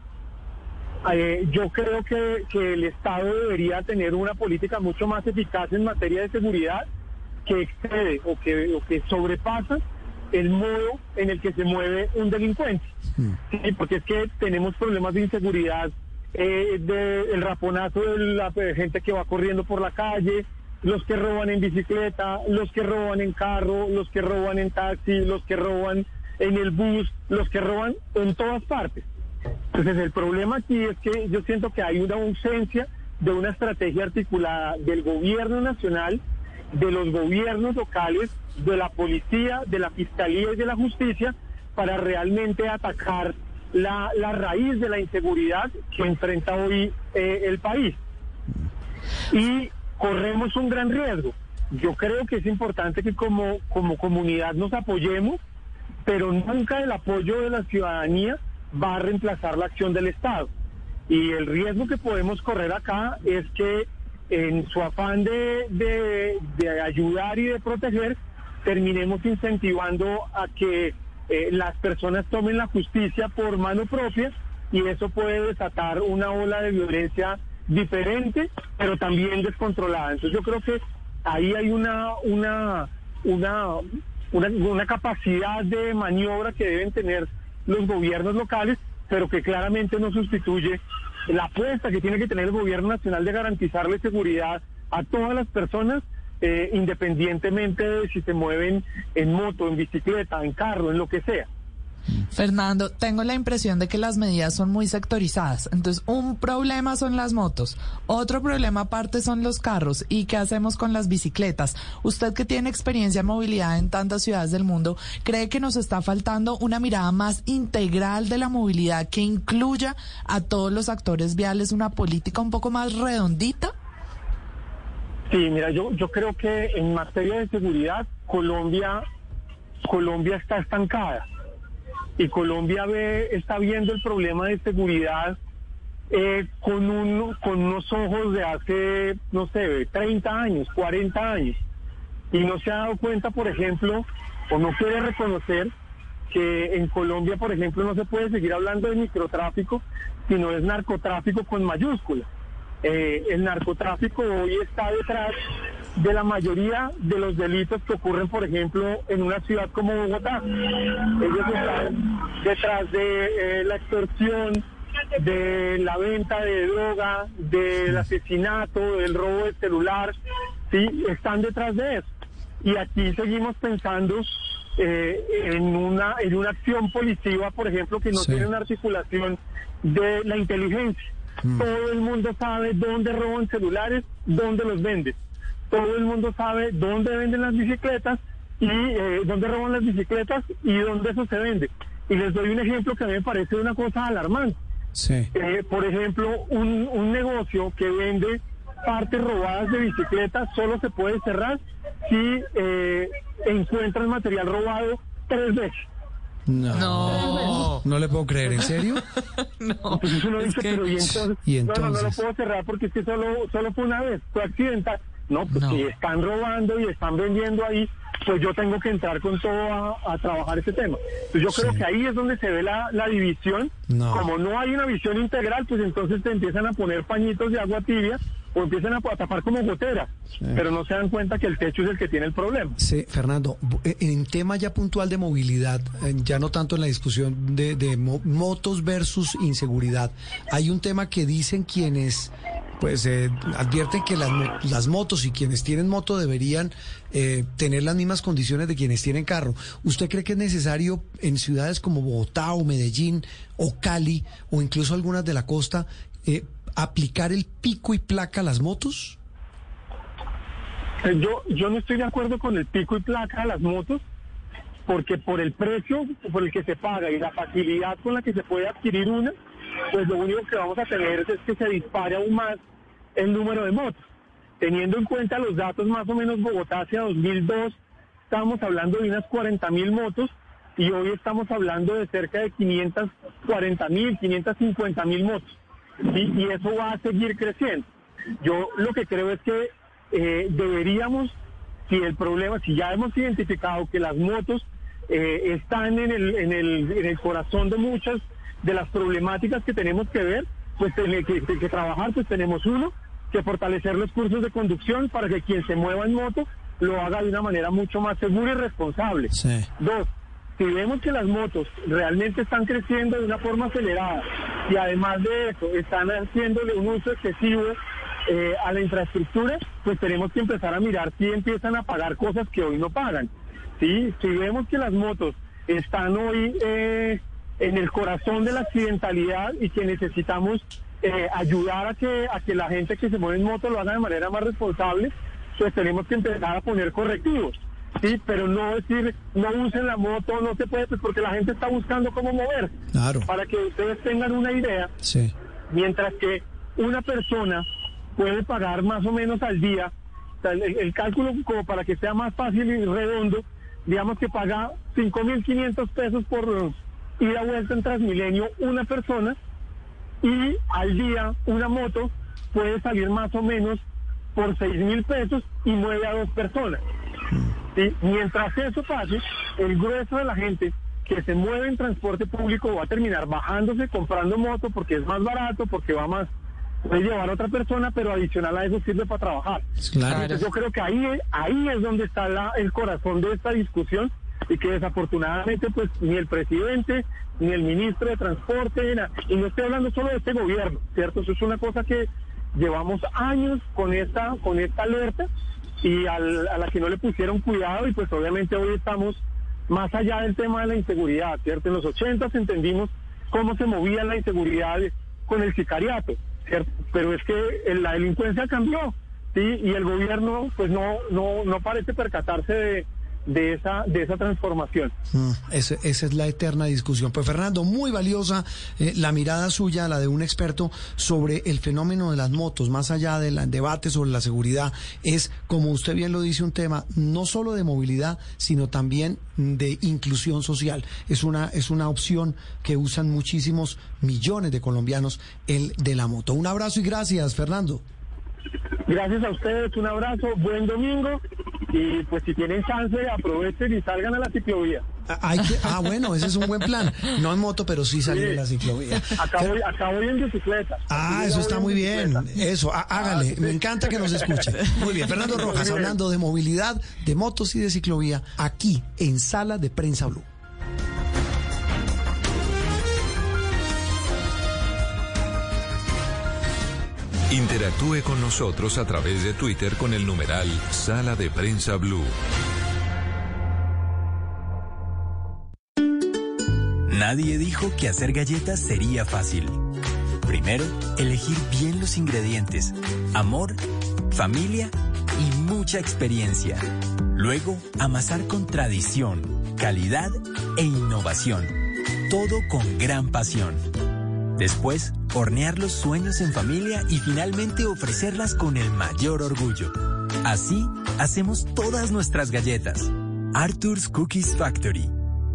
yo creo que el Estado debería tener una política mucho más eficaz en materia de seguridad que excede o que sobrepasa el modo en el que se mueve un delincuente. Sí, porque es que tenemos problemas de inseguridad, el raponazo de la gente que va corriendo por la calle, los que roban en bicicleta, los que roban en carro, los que roban en taxi, los que roban en el bus, los que roban en todas partes. Entonces el problema aquí es que yo siento que hay una ausencia de una estrategia articulada del gobierno nacional, de los gobiernos locales, de la policía, de la fiscalía y de la justicia, para realmente atacar la raíz de la inseguridad que enfrenta hoy el país. Y corremos un gran riesgo. Yo creo que es importante que como comunidad nos apoyemos, pero nunca el apoyo de la ciudadanía va a reemplazar la acción del Estado. Y el riesgo que podemos correr acá es que en su afán de ayudar y de proteger, terminemos incentivando a que las personas tomen la justicia por mano propia, y eso puede desatar una ola de violencia diferente, pero también descontrolada. Entonces yo creo que ahí hay una capacidad de maniobra que deben tener los gobiernos locales, pero que claramente no sustituye la apuesta que tiene que tener el gobierno nacional de garantizarle seguridad a todas las personas, independientemente de si se mueven en moto, en bicicleta, en carro, en lo que sea. Fernando, tengo la impresión de que las medidas son muy sectorizadas. Entonces, un problema son las motos, otro problema aparte son los carros. ¿Y qué hacemos con las bicicletas? Usted, que tiene experiencia en movilidad en tantas ciudades del mundo, ¿cree que nos está faltando una mirada más integral de la movilidad que incluya a todos los actores viales, una política un poco más redondita? Sí, mira, yo creo que en materia de seguridad Colombia está estancada. Y Colombia está viendo el problema de seguridad con unos ojos de hace, no sé, 30 años, 40 años. Y no se ha dado cuenta, por ejemplo, o no quiere reconocer que en Colombia, por ejemplo, no se puede seguir hablando de microtráfico, sino es narcotráfico con mayúscula. El narcotráfico hoy está detrás de la mayoría de los delitos que ocurren, por ejemplo, en una ciudad como Bogotá. Ellos están detrás de la extorsión, de la venta de droga, del asesinato, del robo de celular, sí, están detrás de eso. Y aquí seguimos pensando en una acción policiva, por ejemplo, que no tiene una articulación de la inteligencia. Todo el mundo sabe dónde roban celulares, dónde los venden. Todo el mundo sabe dónde venden las bicicletas y dónde roban las bicicletas y dónde eso se vende. Y les doy un ejemplo que a mí me parece una cosa alarmante. Sí. Por ejemplo, un negocio que vende partes robadas de bicicletas solo se puede cerrar si encuentran material robado 3 veces. No le puedo creer, ¿en serio? No. Pues uno dice, pero ¿y entonces? No lo puedo cerrar porque es que solo fue una vez, fue accidental. No, pues si están robando y están vendiendo ahí, pues yo tengo que entrar con todo a trabajar ese tema. Pues yo creo que ahí es donde se ve la división. Como no hay una visión integral, pues entonces te empiezan a poner pañitos de agua tibia o empiezan a tapar como goteras, pero no se dan cuenta que el techo es el que tiene el problema. Sí, Fernando, en tema ya puntual de movilidad, ya no tanto en la discusión de motos versus inseguridad, hay un tema que dicen quienes advierten que las motos y quienes tienen moto deberían tener las mismas condiciones de quienes tienen carro. ¿Usted cree que es necesario en ciudades como Bogotá o Medellín o Cali o incluso algunas de la costa aplicar el pico y placa a las motos? Yo no estoy de acuerdo con el pico y placa a las motos, porque por el precio por el que se paga y la facilidad con la que se puede adquirir una, pues lo único que vamos a tener es que se dispare aún más el número de motos. Teniendo en cuenta los datos, más o menos Bogotá hacia 2002 estábamos hablando de unas 40.000 motos y hoy estamos hablando de cerca de 540.000, 550.000 motos. ¿Sí? Y eso va a seguir creciendo. Yo lo que creo es que deberíamos, si ya hemos identificado que las motos están en el corazón de muchas de las problemáticas que tenemos que ver, pues que trabajar, pues tenemos que fortalecer los cursos de conducción para que quien se mueva en moto lo haga de una manera mucho más segura y responsable. Sí. 2, si vemos que las motos realmente están creciendo de una forma acelerada y además de eso están haciéndole un uso excesivo a la infraestructura, pues tenemos que empezar a mirar si empiezan a pagar cosas que hoy no pagan. ¿Sí? Si vemos que las motos están hoy en el corazón de la accidentalidad y que necesitamos ayudar a que la gente que se mueve en moto lo haga de manera más responsable, pues tenemos que empezar a poner correctivos, ¿sí? Pero no decir, no usen la moto, no se puede, pues porque la gente está buscando cómo moverse. Claro. Para que ustedes tengan una idea, sí. Mientras que una persona puede pagar más o menos al día, o sea, el cálculo como para que sea más fácil y redondo, digamos que paga 5.500 pesos por ida vuelta en Transmilenio una persona, y al día una moto puede salir más o menos por 6.000 pesos y mueve a 2 personas. ¿Sí? Mientras eso pase, el grueso de la gente que se mueve en transporte público va a terminar bajándose, comprando moto porque es más barato, porque va más, puede llevar a otra persona, pero adicional a eso sirve para trabajar. Claro. Entonces yo creo que ahí es donde está el corazón de esta discusión, y que desafortunadamente pues ni el presidente ni el ministro de Transporte, y no estoy hablando solo de este gobierno, ¿cierto? Eso es una cosa que llevamos años con esta alerta, y a la que no le pusieron cuidado, y pues obviamente hoy estamos más allá del tema de la inseguridad, ¿cierto? En los 80s entendimos cómo se movía la inseguridad con el sicariato, ¿cierto? Pero es que la delincuencia cambió, ¿sí? Y el gobierno pues no parece percatarse de esa transformación. Esa es la eterna discusión. Pues Fernando, muy valiosa la mirada suya, la de un experto sobre el fenómeno de las motos, más allá del debate sobre la seguridad. Es, como usted bien lo dice, un tema no solo de movilidad, sino también de inclusión social. Es una opción que usan muchísimos millones de colombianos, el de la moto. Un abrazo y gracias, Fernando. Gracias a ustedes, un abrazo, buen domingo, y pues si tienen chance aprovechen y salgan a la ciclovía. Bueno, ese es un buen plan. No en moto, pero sí salir a la ciclovía. Acá voy en bicicleta. Eso está muy bien. Eso, hágale. Me encanta que nos escuche. Muy bien, Fernando Rojas, hablando de movilidad, de motos y de ciclovía, aquí en Sala de Prensa Blue. Interactúe con nosotros a través de Twitter con el numeral Sala de Prensa Blue. Nadie dijo que hacer galletas sería fácil. Primero, elegir bien los ingredientes, amor, familia y mucha experiencia. Luego, amasar con tradición, calidad e innovación. Todo con gran pasión. Después, hornear los sueños en familia y finalmente ofrecerlas con el mayor orgullo. Así, hacemos todas nuestras galletas. Arthur's Cookies Factory.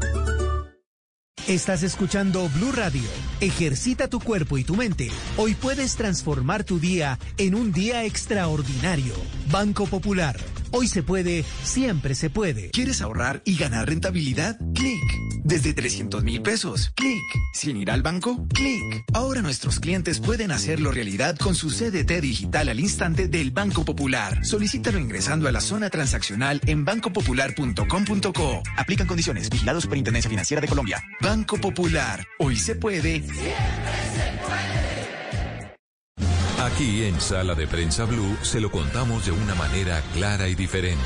Estás escuchando Blue Radio. Ejercita tu cuerpo y tu mente. Hoy puedes transformar tu día en un día extraordinario. Banco Popular. Hoy se puede, siempre se puede. ¿Quieres ahorrar y ganar rentabilidad? ¡Clic! Desde 300,000 pesos. ¡Clic! ¿Sin ir al banco? ¡Clic! Ahora nuestros clientes pueden hacerlo realidad con su CDT digital al instante del Banco Popular. Solicítalo ingresando a la zona transaccional en bancopopular.com.co. Aplican condiciones. Vigilados por Intendencia Financiera de Colombia. Banco Popular. Hoy se puede. ¡Siempre se puede! Aquí en Sala de Prensa Blue se lo contamos de una manera clara y diferente.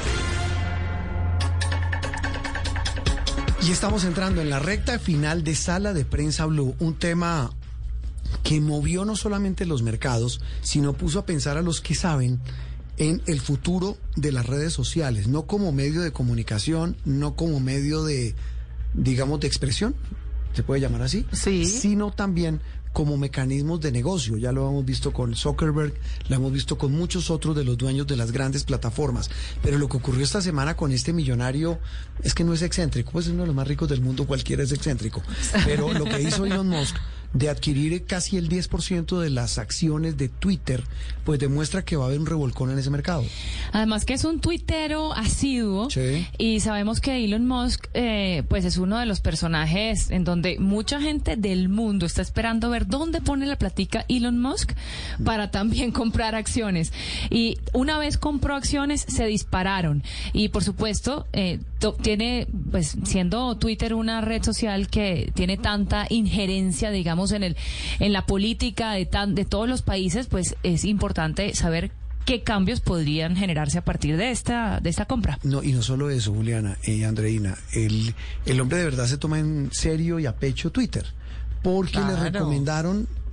Y estamos entrando en la recta final de Sala de Prensa Blue, un tema que movió no solamente los mercados, sino puso a pensar a los que saben en el futuro de las redes sociales, no como medio de comunicación, no como medio de, digamos, de expresión, se puede llamar así, sí, sino también como mecanismos de negocio. Ya lo hemos visto con Zuckerberg, lo hemos visto con muchos otros de los dueños de las grandes plataformas. Pero lo que ocurrió esta semana con este millonario es que no es excéntrico, pues es uno de los más ricos del mundo, cualquiera es excéntrico. Pero lo que hizo Elon Musk de adquirir casi el 10% de las acciones de Twitter, pues demuestra que va a haber un revolcón en ese mercado. Además que es un tuitero asiduo, sí, y sabemos que Elon Musk pues es uno de los personajes en donde mucha gente del mundo está esperando ver dónde pone la platica Elon Musk para también comprar acciones. Y una vez compró acciones, se dispararon. Y por supuesto, tiene, pues siendo Twitter una red social que tiene tanta injerencia, digamos, en la política de todos los países, pues es importante saber qué cambios podrían generarse a partir de esta compra. No, y no solo eso, Juliana y Andreina, el hombre de verdad se toma en serio y a pecho Twitter, porque le recomendaron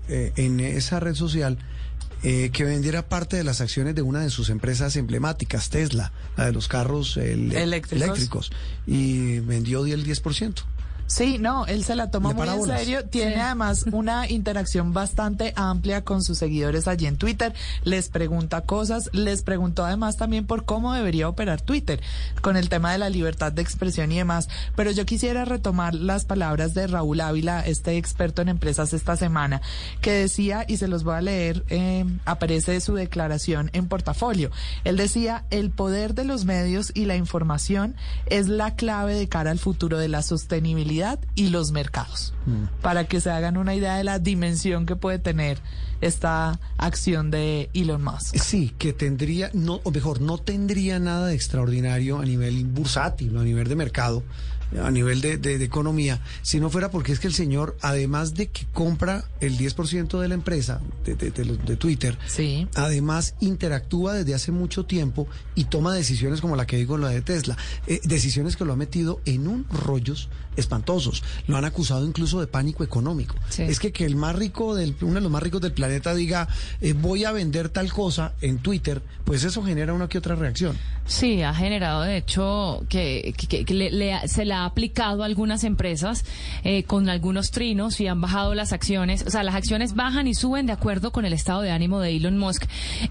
en esa red social que vendiera parte de las acciones de una de sus empresas emblemáticas, Tesla, la de los carros eléctricos, y vendió el 10%. Sí, no, él se la toma muy en serio. Tiene además una interacción bastante amplia con sus seguidores allí en Twitter. Les pregunta cosas. Les preguntó además también por cómo debería operar Twitter con el tema de la libertad de expresión y demás. Pero yo quisiera retomar las palabras de Raúl Ávila, este experto en empresas esta semana, que decía, y se los voy a leer, aparece su declaración en Portafolio. Él decía, el poder de los medios y la información es la clave de cara al futuro de la sostenibilidad y los mercados, para que se hagan una idea de la dimensión que puede tener esta acción de Elon Musk. Sí, que tendría, no tendría nada de extraordinario a nivel bursátil, a nivel de mercado, a nivel de economía, si no fuera porque es que el señor, además de que compra el 10% de la empresa, de Twitter, sí, además interactúa desde hace mucho tiempo y toma decisiones como la que digo, la de Tesla, decisiones que lo ha metido en un rollos espantosos. Lo han acusado incluso de pánico económico. Sí. Es que el más rico uno de los más ricos del planeta diga, voy a vender tal cosa en Twitter, pues eso genera una que otra reacción. Sí, ha generado, de hecho, que se la ha aplicado a algunas empresas con algunos trinos y han bajado las acciones. O sea, las acciones bajan y suben de acuerdo con el estado de ánimo de Elon Musk.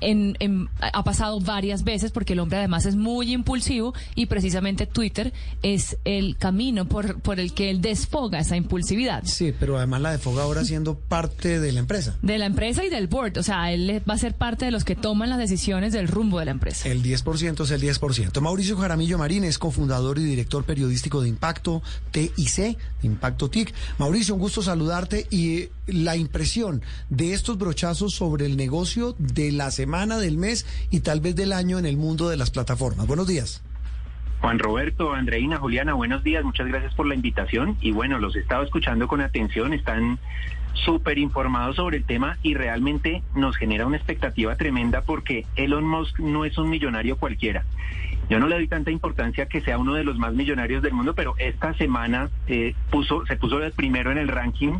Ha pasado varias veces porque el hombre además es muy impulsivo y precisamente Twitter es el camino por el que él desfoga esa impulsividad. Sí, pero además la desfoga ahora siendo parte de la empresa. De la empresa y del board. O sea, él va a ser parte de los que toman las decisiones del rumbo de la empresa. El 10% es el 10%. Mauricio Jaramillo Marín es cofundador y director periodístico de Impacto TIC, de Impacto TIC. Mauricio, un gusto saludarte y la impresión de estos brochazos sobre el negocio de la semana, del mes y tal vez del año en el mundo de las plataformas. Buenos días. Juan Roberto, Andreina, Juliana, buenos días, muchas gracias por la invitación y bueno, los he estado escuchando con atención, están súper informados sobre el tema y realmente nos genera una expectativa tremenda porque Elon Musk no es un millonario cualquiera. Yo no le doy tanta importancia que sea uno de los más millonarios del mundo, pero esta semana se puso el primero en el ranking,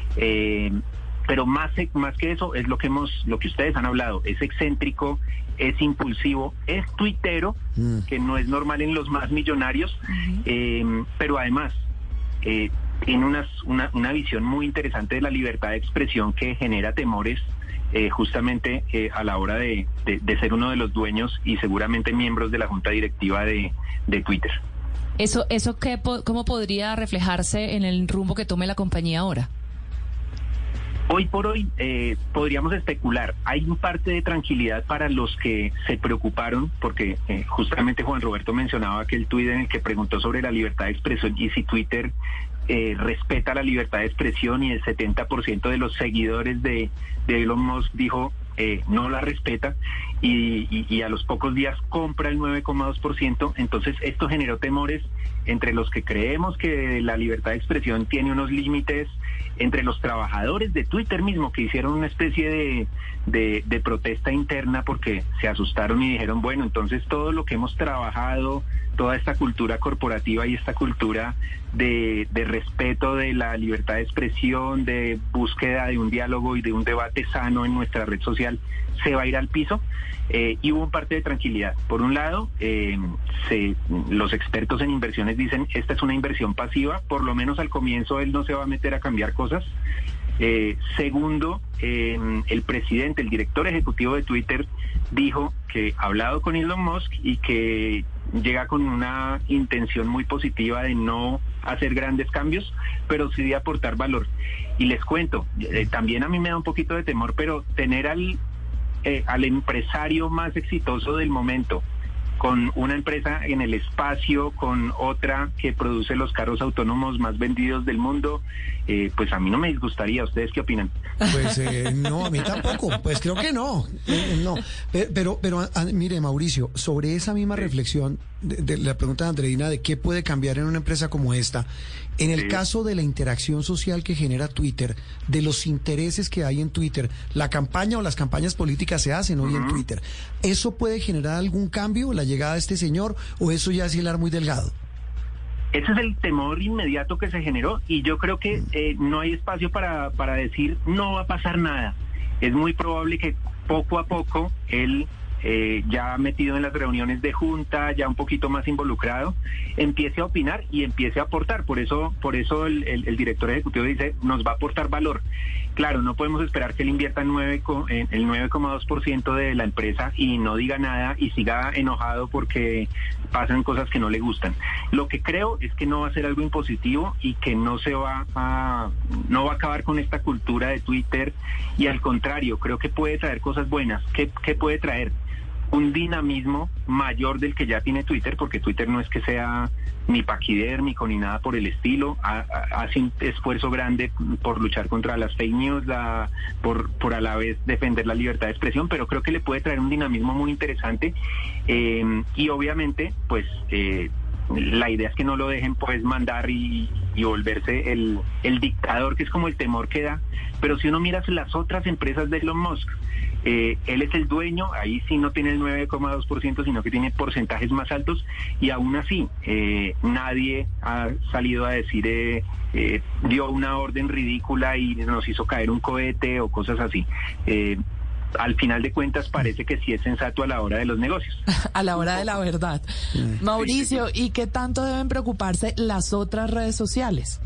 pero más que eso es lo que ustedes han hablado, es excéntrico, es impulsivo, es tuitero, que no es normal en los más millonarios, pero además tiene una visión muy interesante de la libertad de expresión que genera temores justamente a la hora de ser uno de los dueños y seguramente miembros de la junta directiva de Twitter. ¿Eso cómo podría reflejarse en el rumbo que tome la compañía ahora? Hoy por hoy podríamos especular. Hay un parte de tranquilidad para los que se preocuparon, porque justamente Juan Roberto mencionaba aquel tuit en el que preguntó sobre la libertad de expresión y si Twitter respeta la libertad de expresión y el 70% de los seguidores de Elon Musk dijo no la respeta y a los pocos días compra el 9,2%. Entonces esto generó temores entre los que creemos que la libertad de expresión tiene unos límites, entre los trabajadores de Twitter mismo que hicieron una especie de protesta interna porque se asustaron y dijeron, bueno, entonces todo lo que hemos trabajado, toda esta cultura corporativa y esta cultura de respeto de la libertad de expresión, de búsqueda de un diálogo y de un debate sano en nuestra red social, se va a ir al piso. Y hubo un parte de tranquilidad. Por un lado, los expertos en inversiones dicen, esta es una inversión pasiva, por lo menos al comienzo él no se va a meter a cambiar cosas. Segundo, el presidente, el director ejecutivo de Twitter, dijo que ha hablado con Elon Musk y que llega con una intención muy positiva de no hacer grandes cambios, pero sí de aportar valor. Y les cuento, también a mí me da un poquito de temor, pero tener al empresario más exitoso del momento, con una empresa en el espacio, con otra que produce los carros autónomos más vendidos del mundo, pues a mí no me disgustaría. ¿Ustedes qué opinan? Pues no, a mí tampoco, pues creo que no. Pero mire, Mauricio, sobre esa misma reflexión de la pregunta de Andreina de qué puede cambiar en una empresa como esta, en el caso de la interacción social que genera Twitter, de los intereses que hay en Twitter, la campaña o las campañas políticas se hacen hoy en Twitter, ¿eso puede generar algún cambio, la llegada de este señor, o eso ya es hilar muy delgado? Ese es el temor inmediato que se generó y yo creo que no hay espacio para decir no va a pasar nada. Es muy probable que poco a poco él, ya metido en las reuniones de junta, ya un poquito más involucrado, empiece a opinar y empiece a aportar. Por eso el director ejecutivo dice, nos va a aportar valor. Claro, no podemos esperar que él invierta el 9,2% de la empresa y no diga nada y siga enojado porque pasan cosas que no le gustan. Lo que creo es que no va a ser algo impositivo y que no va a acabar con esta cultura de Twitter, y al contrario, creo que puede traer cosas buenas. ¿Qué puede traer? Un dinamismo mayor del que ya tiene Twitter, porque Twitter no es que sea ni paquidérmico ni nada por el estilo. Hace un esfuerzo grande por luchar contra las fake news, por a la vez defender la libertad de expresión, pero creo que le puede traer un dinamismo muy interesante, y obviamente pues la idea es que no lo dejen pues mandar y volverse el dictador, que es como el temor que da. Pero si uno mira las otras empresas de Elon Musk, él es el dueño, ahí sí no tiene el 9,2%, sino que tiene porcentajes más altos, y aún así nadie ha salido a decir dio una orden ridícula y nos hizo caer un cohete o cosas así. Al final de cuentas parece que sí es sensato a la hora de los negocios. A la hora de la verdad. Mauricio, ¿y qué tanto deben preocuparse las otras redes sociales?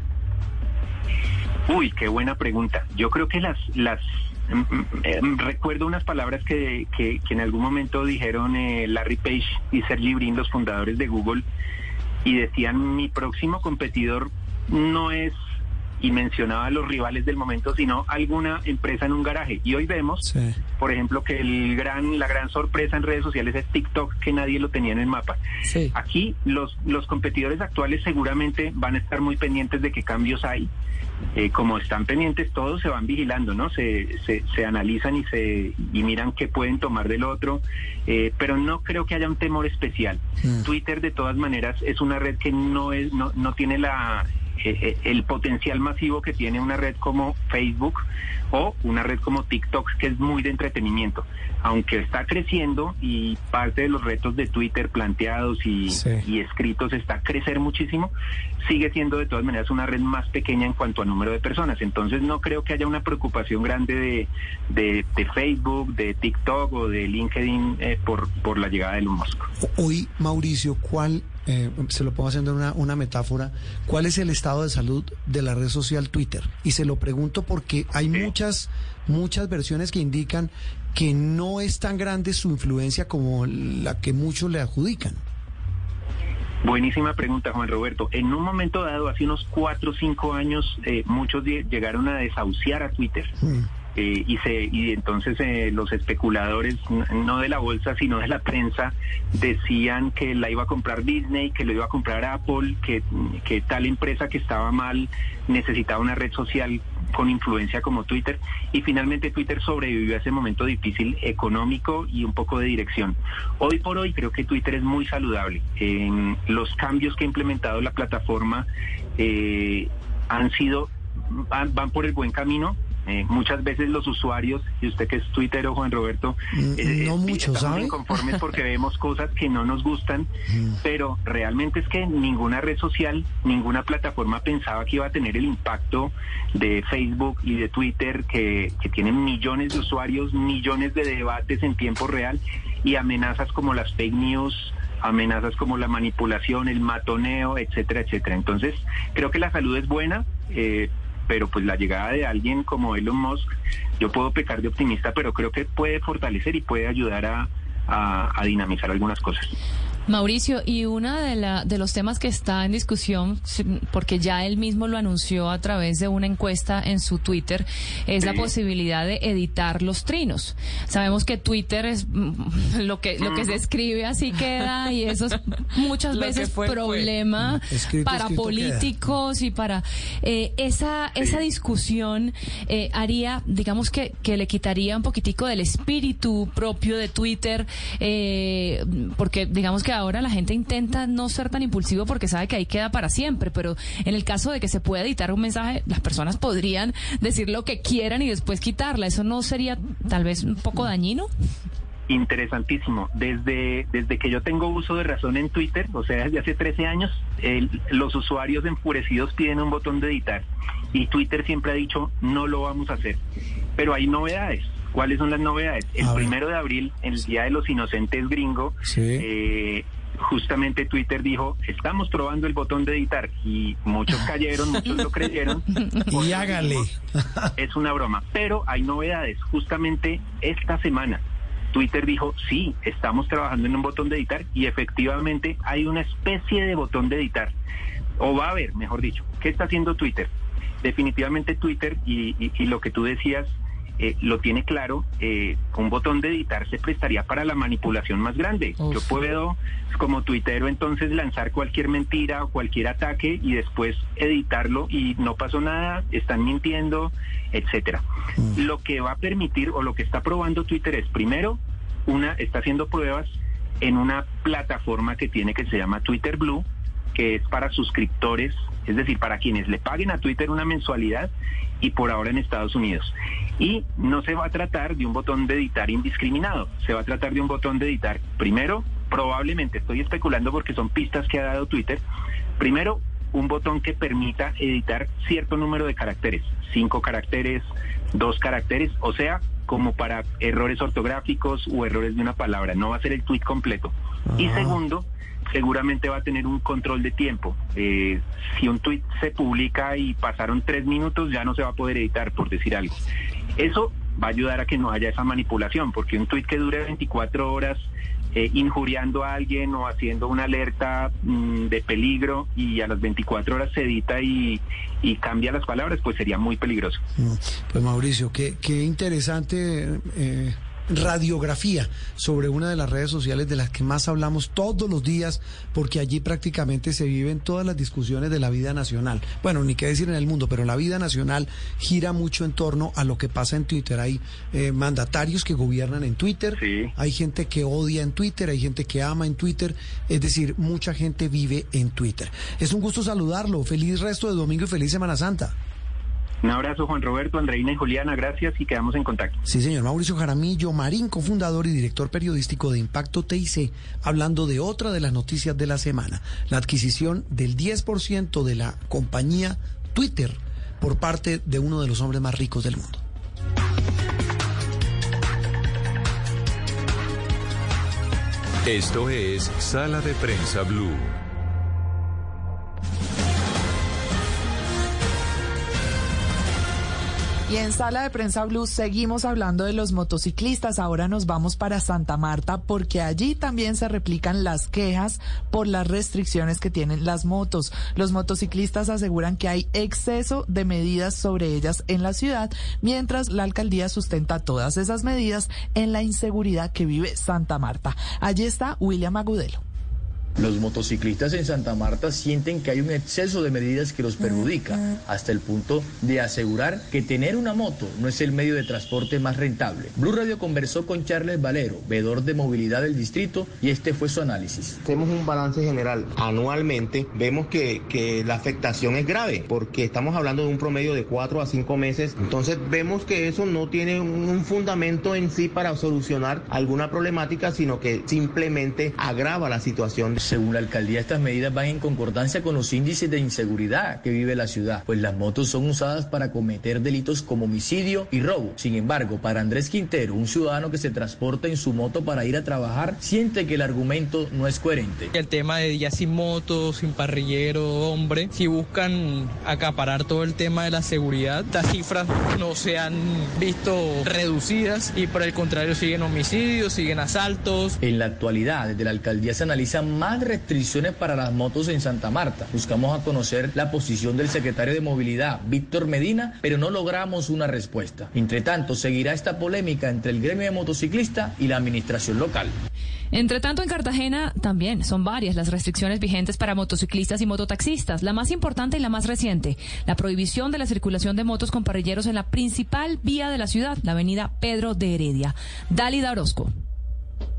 Uy, qué buena pregunta. Yo creo que recuerdo unas palabras que en algún momento dijeron Larry Page y Sergey Brin, los fundadores de Google, y decían, mi próximo competidor no es, y mencionaba a los rivales del momento, sino alguna empresa en un garaje. Y hoy vemos, por ejemplo, que la gran sorpresa en redes sociales es TikTok, que nadie lo tenía en el mapa. Sí. Aquí los competidores actuales seguramente van a estar muy pendientes de qué cambios hay. Como están pendientes, todos se van vigilando, ¿no? Se analizan y miran qué pueden tomar del otro, pero no creo que haya un temor especial. Twitter, de todas maneras, es una red que no tiene el potencial masivo que tiene una red como Facebook o una red como TikTok, que es muy de entretenimiento. Aunque está creciendo, y parte de los retos de Twitter planteados y escritos está crecer muchísimo, sigue siendo de todas maneras una red más pequeña en cuanto a número de personas. Entonces no creo que haya una preocupación grande de Facebook, de TikTok o de LinkedIn por la llegada de Elon Musk. Hoy, Mauricio, se lo pongo haciendo una metáfora, ¿cuál es el estado de salud de la red social Twitter? Y se lo pregunto porque hay muchas versiones que indican que no es tan grande su influencia como la que muchos le adjudican. Buenísima pregunta, Juan Roberto. En un momento dado, hace unos 4 o 5 años, muchos llegaron a desahuciar a Twitter. Y entonces los especuladores, no de la bolsa sino de la prensa, decían que la iba a comprar Disney, que lo iba a comprar Apple, que tal empresa que estaba mal necesitaba una red social con influencia como Twitter, y finalmente Twitter sobrevivió a ese momento difícil económico y un poco de dirección. Hoy por hoy creo que Twitter es muy saludable. Los cambios que ha implementado la plataforma van por el buen camino. Muchas veces los usuarios, y usted que es tuitero, Juan Roberto, no mucho, estamos ¿sabe? inconformes porque vemos cosas que no nos gustan, pero realmente es que ninguna red social, ninguna plataforma pensaba que iba a tener el impacto de Facebook y de Twitter, que tienen millones de usuarios, millones de debates en tiempo real, y amenazas como las fake news, amenazas como la manipulación, el matoneo, etcétera, etcétera. Entonces, creo que la salud es buena, pero pues la llegada de alguien como Elon Musk, yo puedo pecar de optimista, pero creo que puede fortalecer y puede ayudar a dinamizar algunas cosas. Mauricio, y uno de los temas que está en discusión, porque ya él mismo lo anunció a través de una encuesta en su Twitter, es la posibilidad de editar los trinos. Sabemos que Twitter es lo que se escribe así queda, y eso es muchas veces problema para políticos y para esa discusión haría, digamos que le quitaría un poquitico del espíritu propio de Twitter, porque digamos que ahora la gente intenta no ser tan impulsivo porque sabe que ahí queda para siempre, pero en el caso de que se pueda editar un mensaje, las personas podrían decir lo que quieran y después quitarla. ¿Eso no sería tal vez un poco dañino? Interesantísimo. Desde que yo tengo uso de razón en Twitter, o sea, desde hace 13 años, los usuarios enfurecidos piden un botón de editar y Twitter siempre ha dicho no lo vamos a hacer. Pero hay novedades. ¿Cuáles son las novedades? El 1 de abril, el Día de los Inocentes gringo, justamente Twitter dijo, estamos probando el botón de editar, y muchos cayeron, muchos lo creyeron. Y hágale. Es una broma, pero hay novedades. Justamente esta semana Twitter dijo, sí, estamos trabajando en un botón de editar, y efectivamente hay una especie de botón de editar, o va a haber, mejor dicho. ¿Qué está haciendo Twitter? Definitivamente Twitter, y lo que tú decías, lo tiene claro, un botón de editar se prestaría para la manipulación más grande. Yo puedo, como tuitero, entonces lanzar cualquier mentira o cualquier ataque y después editarlo y no pasó nada, están mintiendo, etcétera. Lo que va a permitir, o lo que está probando Twitter es, primero, está haciendo pruebas en una plataforma que tiene, que se llama Twitter Blue, que es para suscriptores, es decir, para quienes le paguen a Twitter una mensualidad, y por ahora en Estados Unidos. Y no se va a tratar de un botón de editar indiscriminado, se va a tratar de un botón de editar, primero, probablemente, estoy especulando porque son pistas que ha dado Twitter, primero, un botón que permita editar cierto número de caracteres, 5 caracteres, 2 caracteres, o sea, como para errores ortográficos o errores de una palabra, no va a ser el tweet completo. Y segundo, seguramente va a tener un control de tiempo. Si un tweet se publica y pasaron 3 minutos, ya no se va a poder editar, por decir algo. Eso va a ayudar a que no haya esa manipulación, porque un tweet que dure 24 horas injuriando a alguien o haciendo una alerta de peligro, y a las 24 horas se edita y cambia las palabras, pues sería muy peligroso. Pues Mauricio, qué interesante radiografía sobre una de las redes sociales de las que más hablamos todos los días, porque allí prácticamente se viven todas las discusiones de la vida nacional. Bueno, ni qué decir en el mundo, pero la vida nacional gira mucho en torno a lo que pasa en Twitter. Hay mandatarios que gobiernan en Twitter, hay gente que odia en Twitter, hay gente que ama en Twitter, es decir, mucha gente vive en Twitter. Es un gusto saludarlo, feliz resto de domingo y feliz Semana Santa. Un abrazo, Juan Roberto, Andreina y Juliana, gracias, y quedamos en contacto. Sí, señor. Mauricio Jaramillo Marín, cofundador y director periodístico de Impacto TIC, hablando de otra de las noticias de la semana, la adquisición del 10% de la compañía Twitter por parte de uno de los hombres más ricos del mundo. Esto es Sala de Prensa Blue. Y en Sala de Prensa Blue seguimos hablando de los motociclistas. Ahora nos vamos para Santa Marta, porque allí también se replican las quejas por las restricciones que tienen las motos. Los motociclistas aseguran que hay exceso de medidas sobre ellas en la ciudad, mientras la alcaldía sustenta todas esas medidas en la inseguridad que vive Santa Marta. Allí está William Agudelo. Los motociclistas en Santa Marta sienten que hay un exceso de medidas que los perjudica, hasta el punto de asegurar que tener una moto no es el medio de transporte más rentable. Blue Radio conversó con Charles Valero, veedor de movilidad del distrito, y este fue su análisis. Hacemos un balance general. Anualmente vemos que la afectación es grave, porque estamos hablando de un promedio de 4 a 5 meses. Entonces vemos que eso no tiene un fundamento en sí para solucionar alguna problemática, sino que simplemente agrava la situación. Según la alcaldía, estas medidas van en concordancia con los índices de inseguridad que vive la ciudad, pues las motos son usadas para cometer delitos como homicidio y robo. Sin embargo, para Andrés Quintero, un ciudadano que se transporta en su moto para ir a trabajar, siente que el argumento no es coherente. El tema de ya sin moto, sin parrillero, hombre, si buscan acaparar todo el tema de la seguridad, las cifras no se han visto reducidas y por el contrario siguen homicidios, siguen asaltos. En la actualidad, desde la alcaldía se analizan más restricciones para las motos en Santa Marta. Buscamos a conocer la posición del secretario de Movilidad, Víctor Medina, pero no logramos una respuesta. Entre tanto, seguirá esta polémica entre el gremio de motociclistas y la administración local. Entre tanto, en Cartagena también son varias las restricciones vigentes para motociclistas y mototaxistas. La más importante y la más reciente, la prohibición de la circulación de motos con parrilleros en la principal vía de la ciudad, la avenida Pedro de Heredia. Dálida Orozco.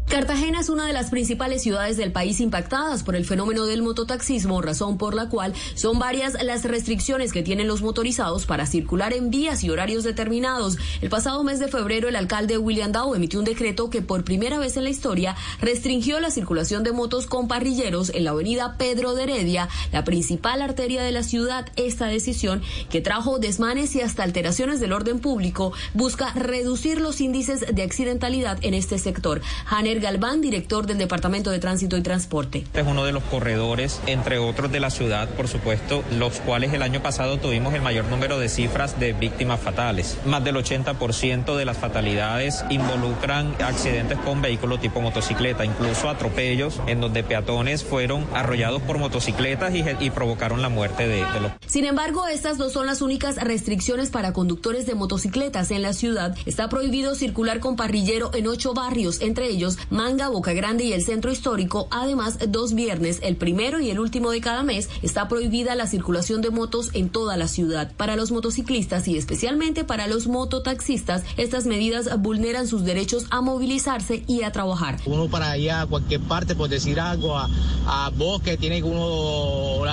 Cartagena es una de las principales ciudades del país impactadas por el fenómeno del mototaxismo, razón por la cual son varias las restricciones que tienen los motorizados para circular en vías y horarios determinados. El pasado mes de febrero, el alcalde William Dow emitió un decreto que por primera vez en la historia restringió la circulación de motos con parrilleros en la avenida Pedro de Heredia, la principal arteria de la ciudad. Esta decisión, que trajo desmanes y hasta alteraciones del orden público, busca reducir los índices de accidentalidad en este sector. Janer Galván, director del Departamento de Tránsito y Transporte. Este es uno de los corredores, entre otros de la ciudad, por supuesto, los cuales el año pasado tuvimos el mayor número de cifras de víctimas fatales. Más del 80% de las fatalidades involucran accidentes con vehículo tipo motocicleta, incluso atropellos en donde peatones fueron arrollados por motocicletas y provocaron la muerte de los... Sin embargo, estas no son las únicas restricciones para conductores de motocicletas en la ciudad. Está prohibido circular con parrillero en 8 barrios, entre ellos Manga, Boca Grande y el Centro Histórico. Además, 2 viernes, el primero y el último de cada mes, está prohibida la circulación de motos en toda la ciudad. Para los motociclistas y especialmente para los mototaxistas, estas medidas vulneran sus derechos a movilizarse y a trabajar. Uno para ir a cualquier parte, por decir algo, a Bosque, tiene que uno...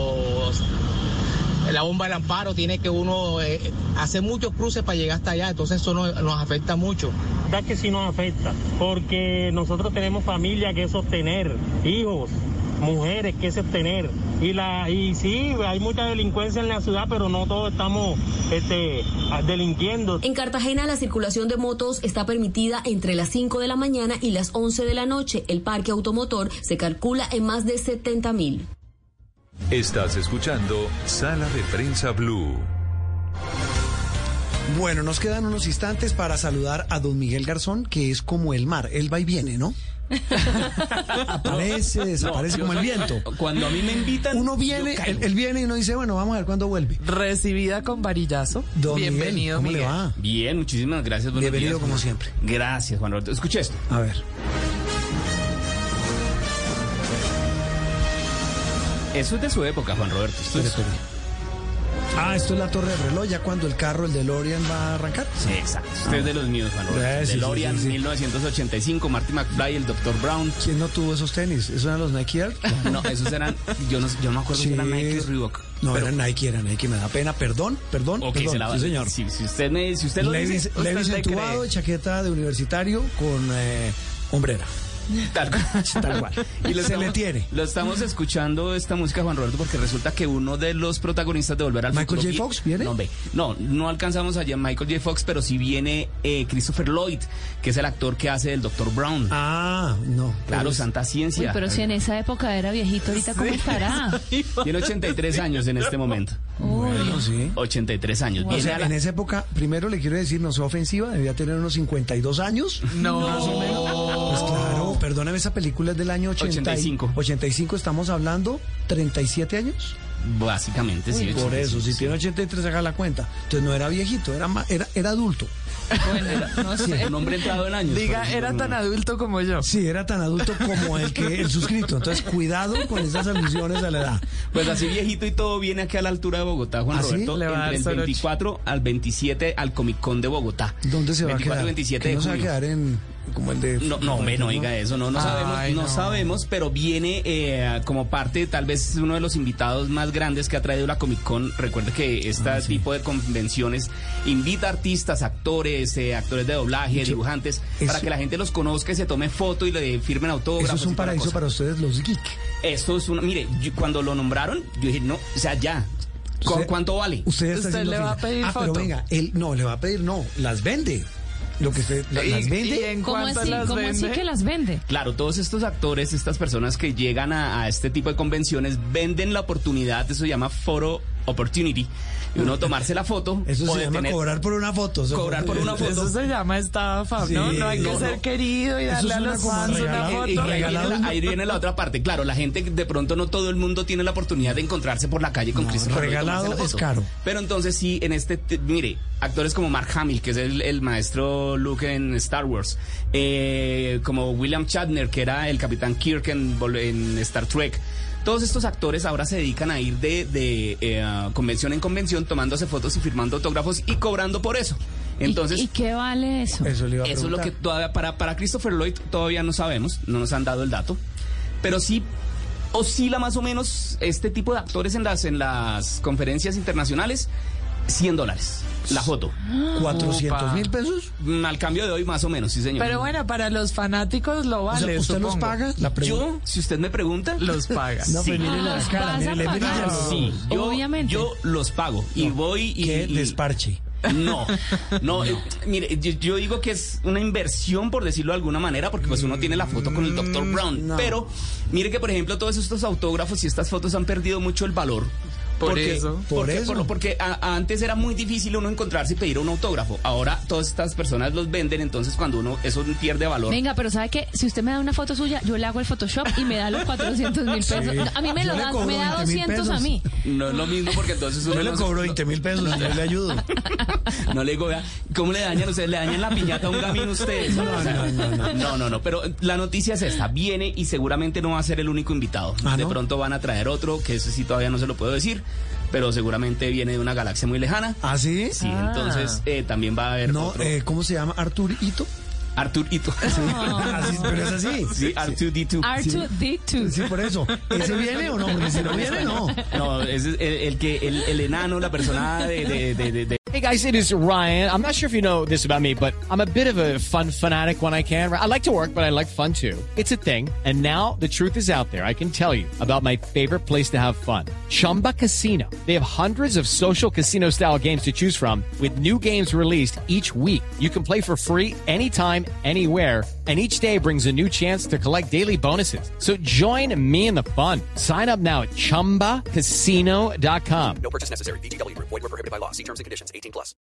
La bomba del Amparo, tiene que uno hacer muchos cruces para llegar hasta allá, entonces eso nos afecta mucho. Da que sí nos afecta, porque nosotros tenemos familia que sostener, hijos, mujeres que sostener, y sí, hay mucha delincuencia en la ciudad, pero no todos estamos delinquiendo. En Cartagena la circulación de motos está permitida entre las 5 de la mañana y las 11 de la noche. El parque automotor se calcula en más de 70.000. Estás escuchando Sala de Prensa Blue. Bueno, nos quedan unos instantes para saludar a don Miguel Garzón, que es como el mar, él va y viene, ¿no? Aparece, desaparece como el viento. Cuando a mí me invitan, uno viene, él viene y uno dice, bueno, vamos a ver cuándo vuelve. Recibida con varillazo. Don Bienvenido, Miguel, ¿cómo le va? Bien, muchísimas gracias. Bienvenido días, como siempre. Gracias, Juan Roberto. Escuche esto. A ver. Eso es de su época, Juan Roberto. Esto es la torre del reloj, ya cuando el carro, el DeLorean, va a arrancar. Sí, exacto. Usted es de los míos, Juan Roberto. Sí, DeLorean, sí. 1985, Marty McFly, el Dr. Brown. ¿Quién no tuvo esos tenis? ¿Esos eran los Nike Air? No, esos eran, yo no acuerdo si eran Nike o Reebok. No, pero eran Nike, me da pena. Perdón. Okay, perdón. Sí, señor. Si usted lo dice, Levis entubado, chaqueta de universitario con hombrera. Tal cual. Y le tiene. Lo estamos escuchando esta música, Juan Roberto, porque resulta que uno de los protagonistas de Volver al Futuro... ¿Michael J. Fox viene? No alcanzamos allá a Michael J. Fox, pero sí viene Christopher Lloyd, que es el actor que hace del Dr. Brown. Ah, no. Claro, santa ciencia. Uy, pero si en esa época era viejito, ahorita ¿cómo estará? Tiene 83 años en este momento. Bueno, sí. 83 años. O sea, en esa época, primero le quiero decir, no soy ofensiva, debía tener unos 52 años. No. Más o menos. Pues claro, perdóname, esa película es del año 85. 85, estamos hablando, 37 años. Básicamente, sí. Por eso, si tiene 83, haga la cuenta. Entonces no era viejito, era adulto. Bueno, no sé. Un hombre entrado en años. Diga, era tan adulto como yo. Sí, era tan adulto como el suscrito. Entonces, cuidado con esas alusiones a la edad. Pues así viejito y todo viene aquí a la altura de Bogotá, Juan Roberto. Entre el 24 al 27 al Comic Con de Bogotá. ¿Dónde se va a quedar? 27 de no junio. Se va a quedar en... como el de... No, oiga eso, no sabemos, pero viene como parte, tal vez uno de los invitados más grandes que ha traído la Comic Con. Recuerde que tipo de convenciones invita artistas, actores de doblaje, dibujantes, para que la gente los conozca y se tome foto y le firmen autógrafos. Eso es un paraíso para ustedes, los geek. Esto es mire, cuando lo nombraron, yo dije, no, o sea, ya. ¿Cuánto vale? Usted le va a pedir foto. Pero venga, él no le va a pedir, las vende. Lo que usted las vende. ¿Cómo así que las vende? Claro, todos estos actores, estas personas que llegan a este tipo de convenciones venden la oportunidad, eso se llama photo opportunity, y uno tomarse la foto. Eso se llama cobrar por una foto. Cobrar por una foto. Eso se llama estafa, sí, ¿no? No hay que ser querido y darle a los fans una foto. Y ahí viene la otra parte. Claro, la gente, de pronto no todo el mundo tiene la oportunidad de encontrarse por la calle con Christopher. Regalado es caro. Pero entonces sí, mire, actores como Mark Hamill, que es el maestro Luke en Star Wars, como William Shatner, que era el Capitán Kirk en Star Trek. Todos estos actores ahora se dedican a ir de convención en convención, tomándose fotos y firmando autógrafos y cobrando por eso. Entonces, ¿Y qué vale eso? Eso le iba a eso es lo que todavía, para Christopher Lloyd todavía no sabemos, no nos han dado el dato, pero sí oscila más o menos este tipo de actores en las conferencias internacionales, $100 la foto. ¿400.000 pesos? Al cambio de hoy más o menos, sí señor. Pero bueno, para los fanáticos lo vale. O sea, ¿usted supongo. los paga? Yo, si usted me pregunta, los paga. No, sí. pues mire la cara, mire, le brillan los ojos. Sí, Obviamente. yo los pago y voy y... Qué desparche. No, mire, yo digo que es una inversión, por decirlo de alguna manera, porque pues uno tiene la foto con el Dr. Brown, pero mire que, por ejemplo, todos estos autógrafos y estas fotos han perdido mucho el valor. Porque antes era muy difícil uno encontrarse y pedir un autógrafo. Ahora todas estas personas los venden, entonces cuando eso pierde valor. Venga, pero ¿sabe qué? Si usted me da una foto suya, yo le hago el Photoshop y me da los 400.000 pesos. Sí. A mí me lo da, me da 200 a mí. No es lo mismo porque entonces uno Yo le cobro 20.000 pesos, yo le ayudo. No le digo, vea, ¿cómo le dañan ustedes? ¿Le dañan la piñata a un gamín ustedes? No, pero la noticia es esta, viene y seguramente no va a ser el único invitado. De pronto van a traer otro, que ese sí todavía no se lo puedo decir, pero seguramente viene de una galaxia muy lejana. ¿Ah, sí? Sí, entonces también va a haber otro. ¿Cómo se llama? ¿Arturito? Arturito. Así, pero es así. Sí, R2D2. R2D2. Sí, por eso. ¿Ese viene o no? Porque si no viene, no. No, ese es el enano, la persona de Hey guys, it is Ryan. I'm not sure if you know this about me, but I'm a bit of a fun fanatic when I can. I like to work, but I like fun too. It's a thing. And now the truth is out there. I can tell you about my favorite place to have fun. Chumba Casino. They have hundreds of social casino style games to choose from with new games released each week. You can play for free anytime, anywhere. And each day brings a new chance to collect daily bonuses. So join me in the fun. Sign up now at ChumbaCasino.com. No purchase necessary. VGW Group. Void where prohibited by law. See terms and conditions. 18+.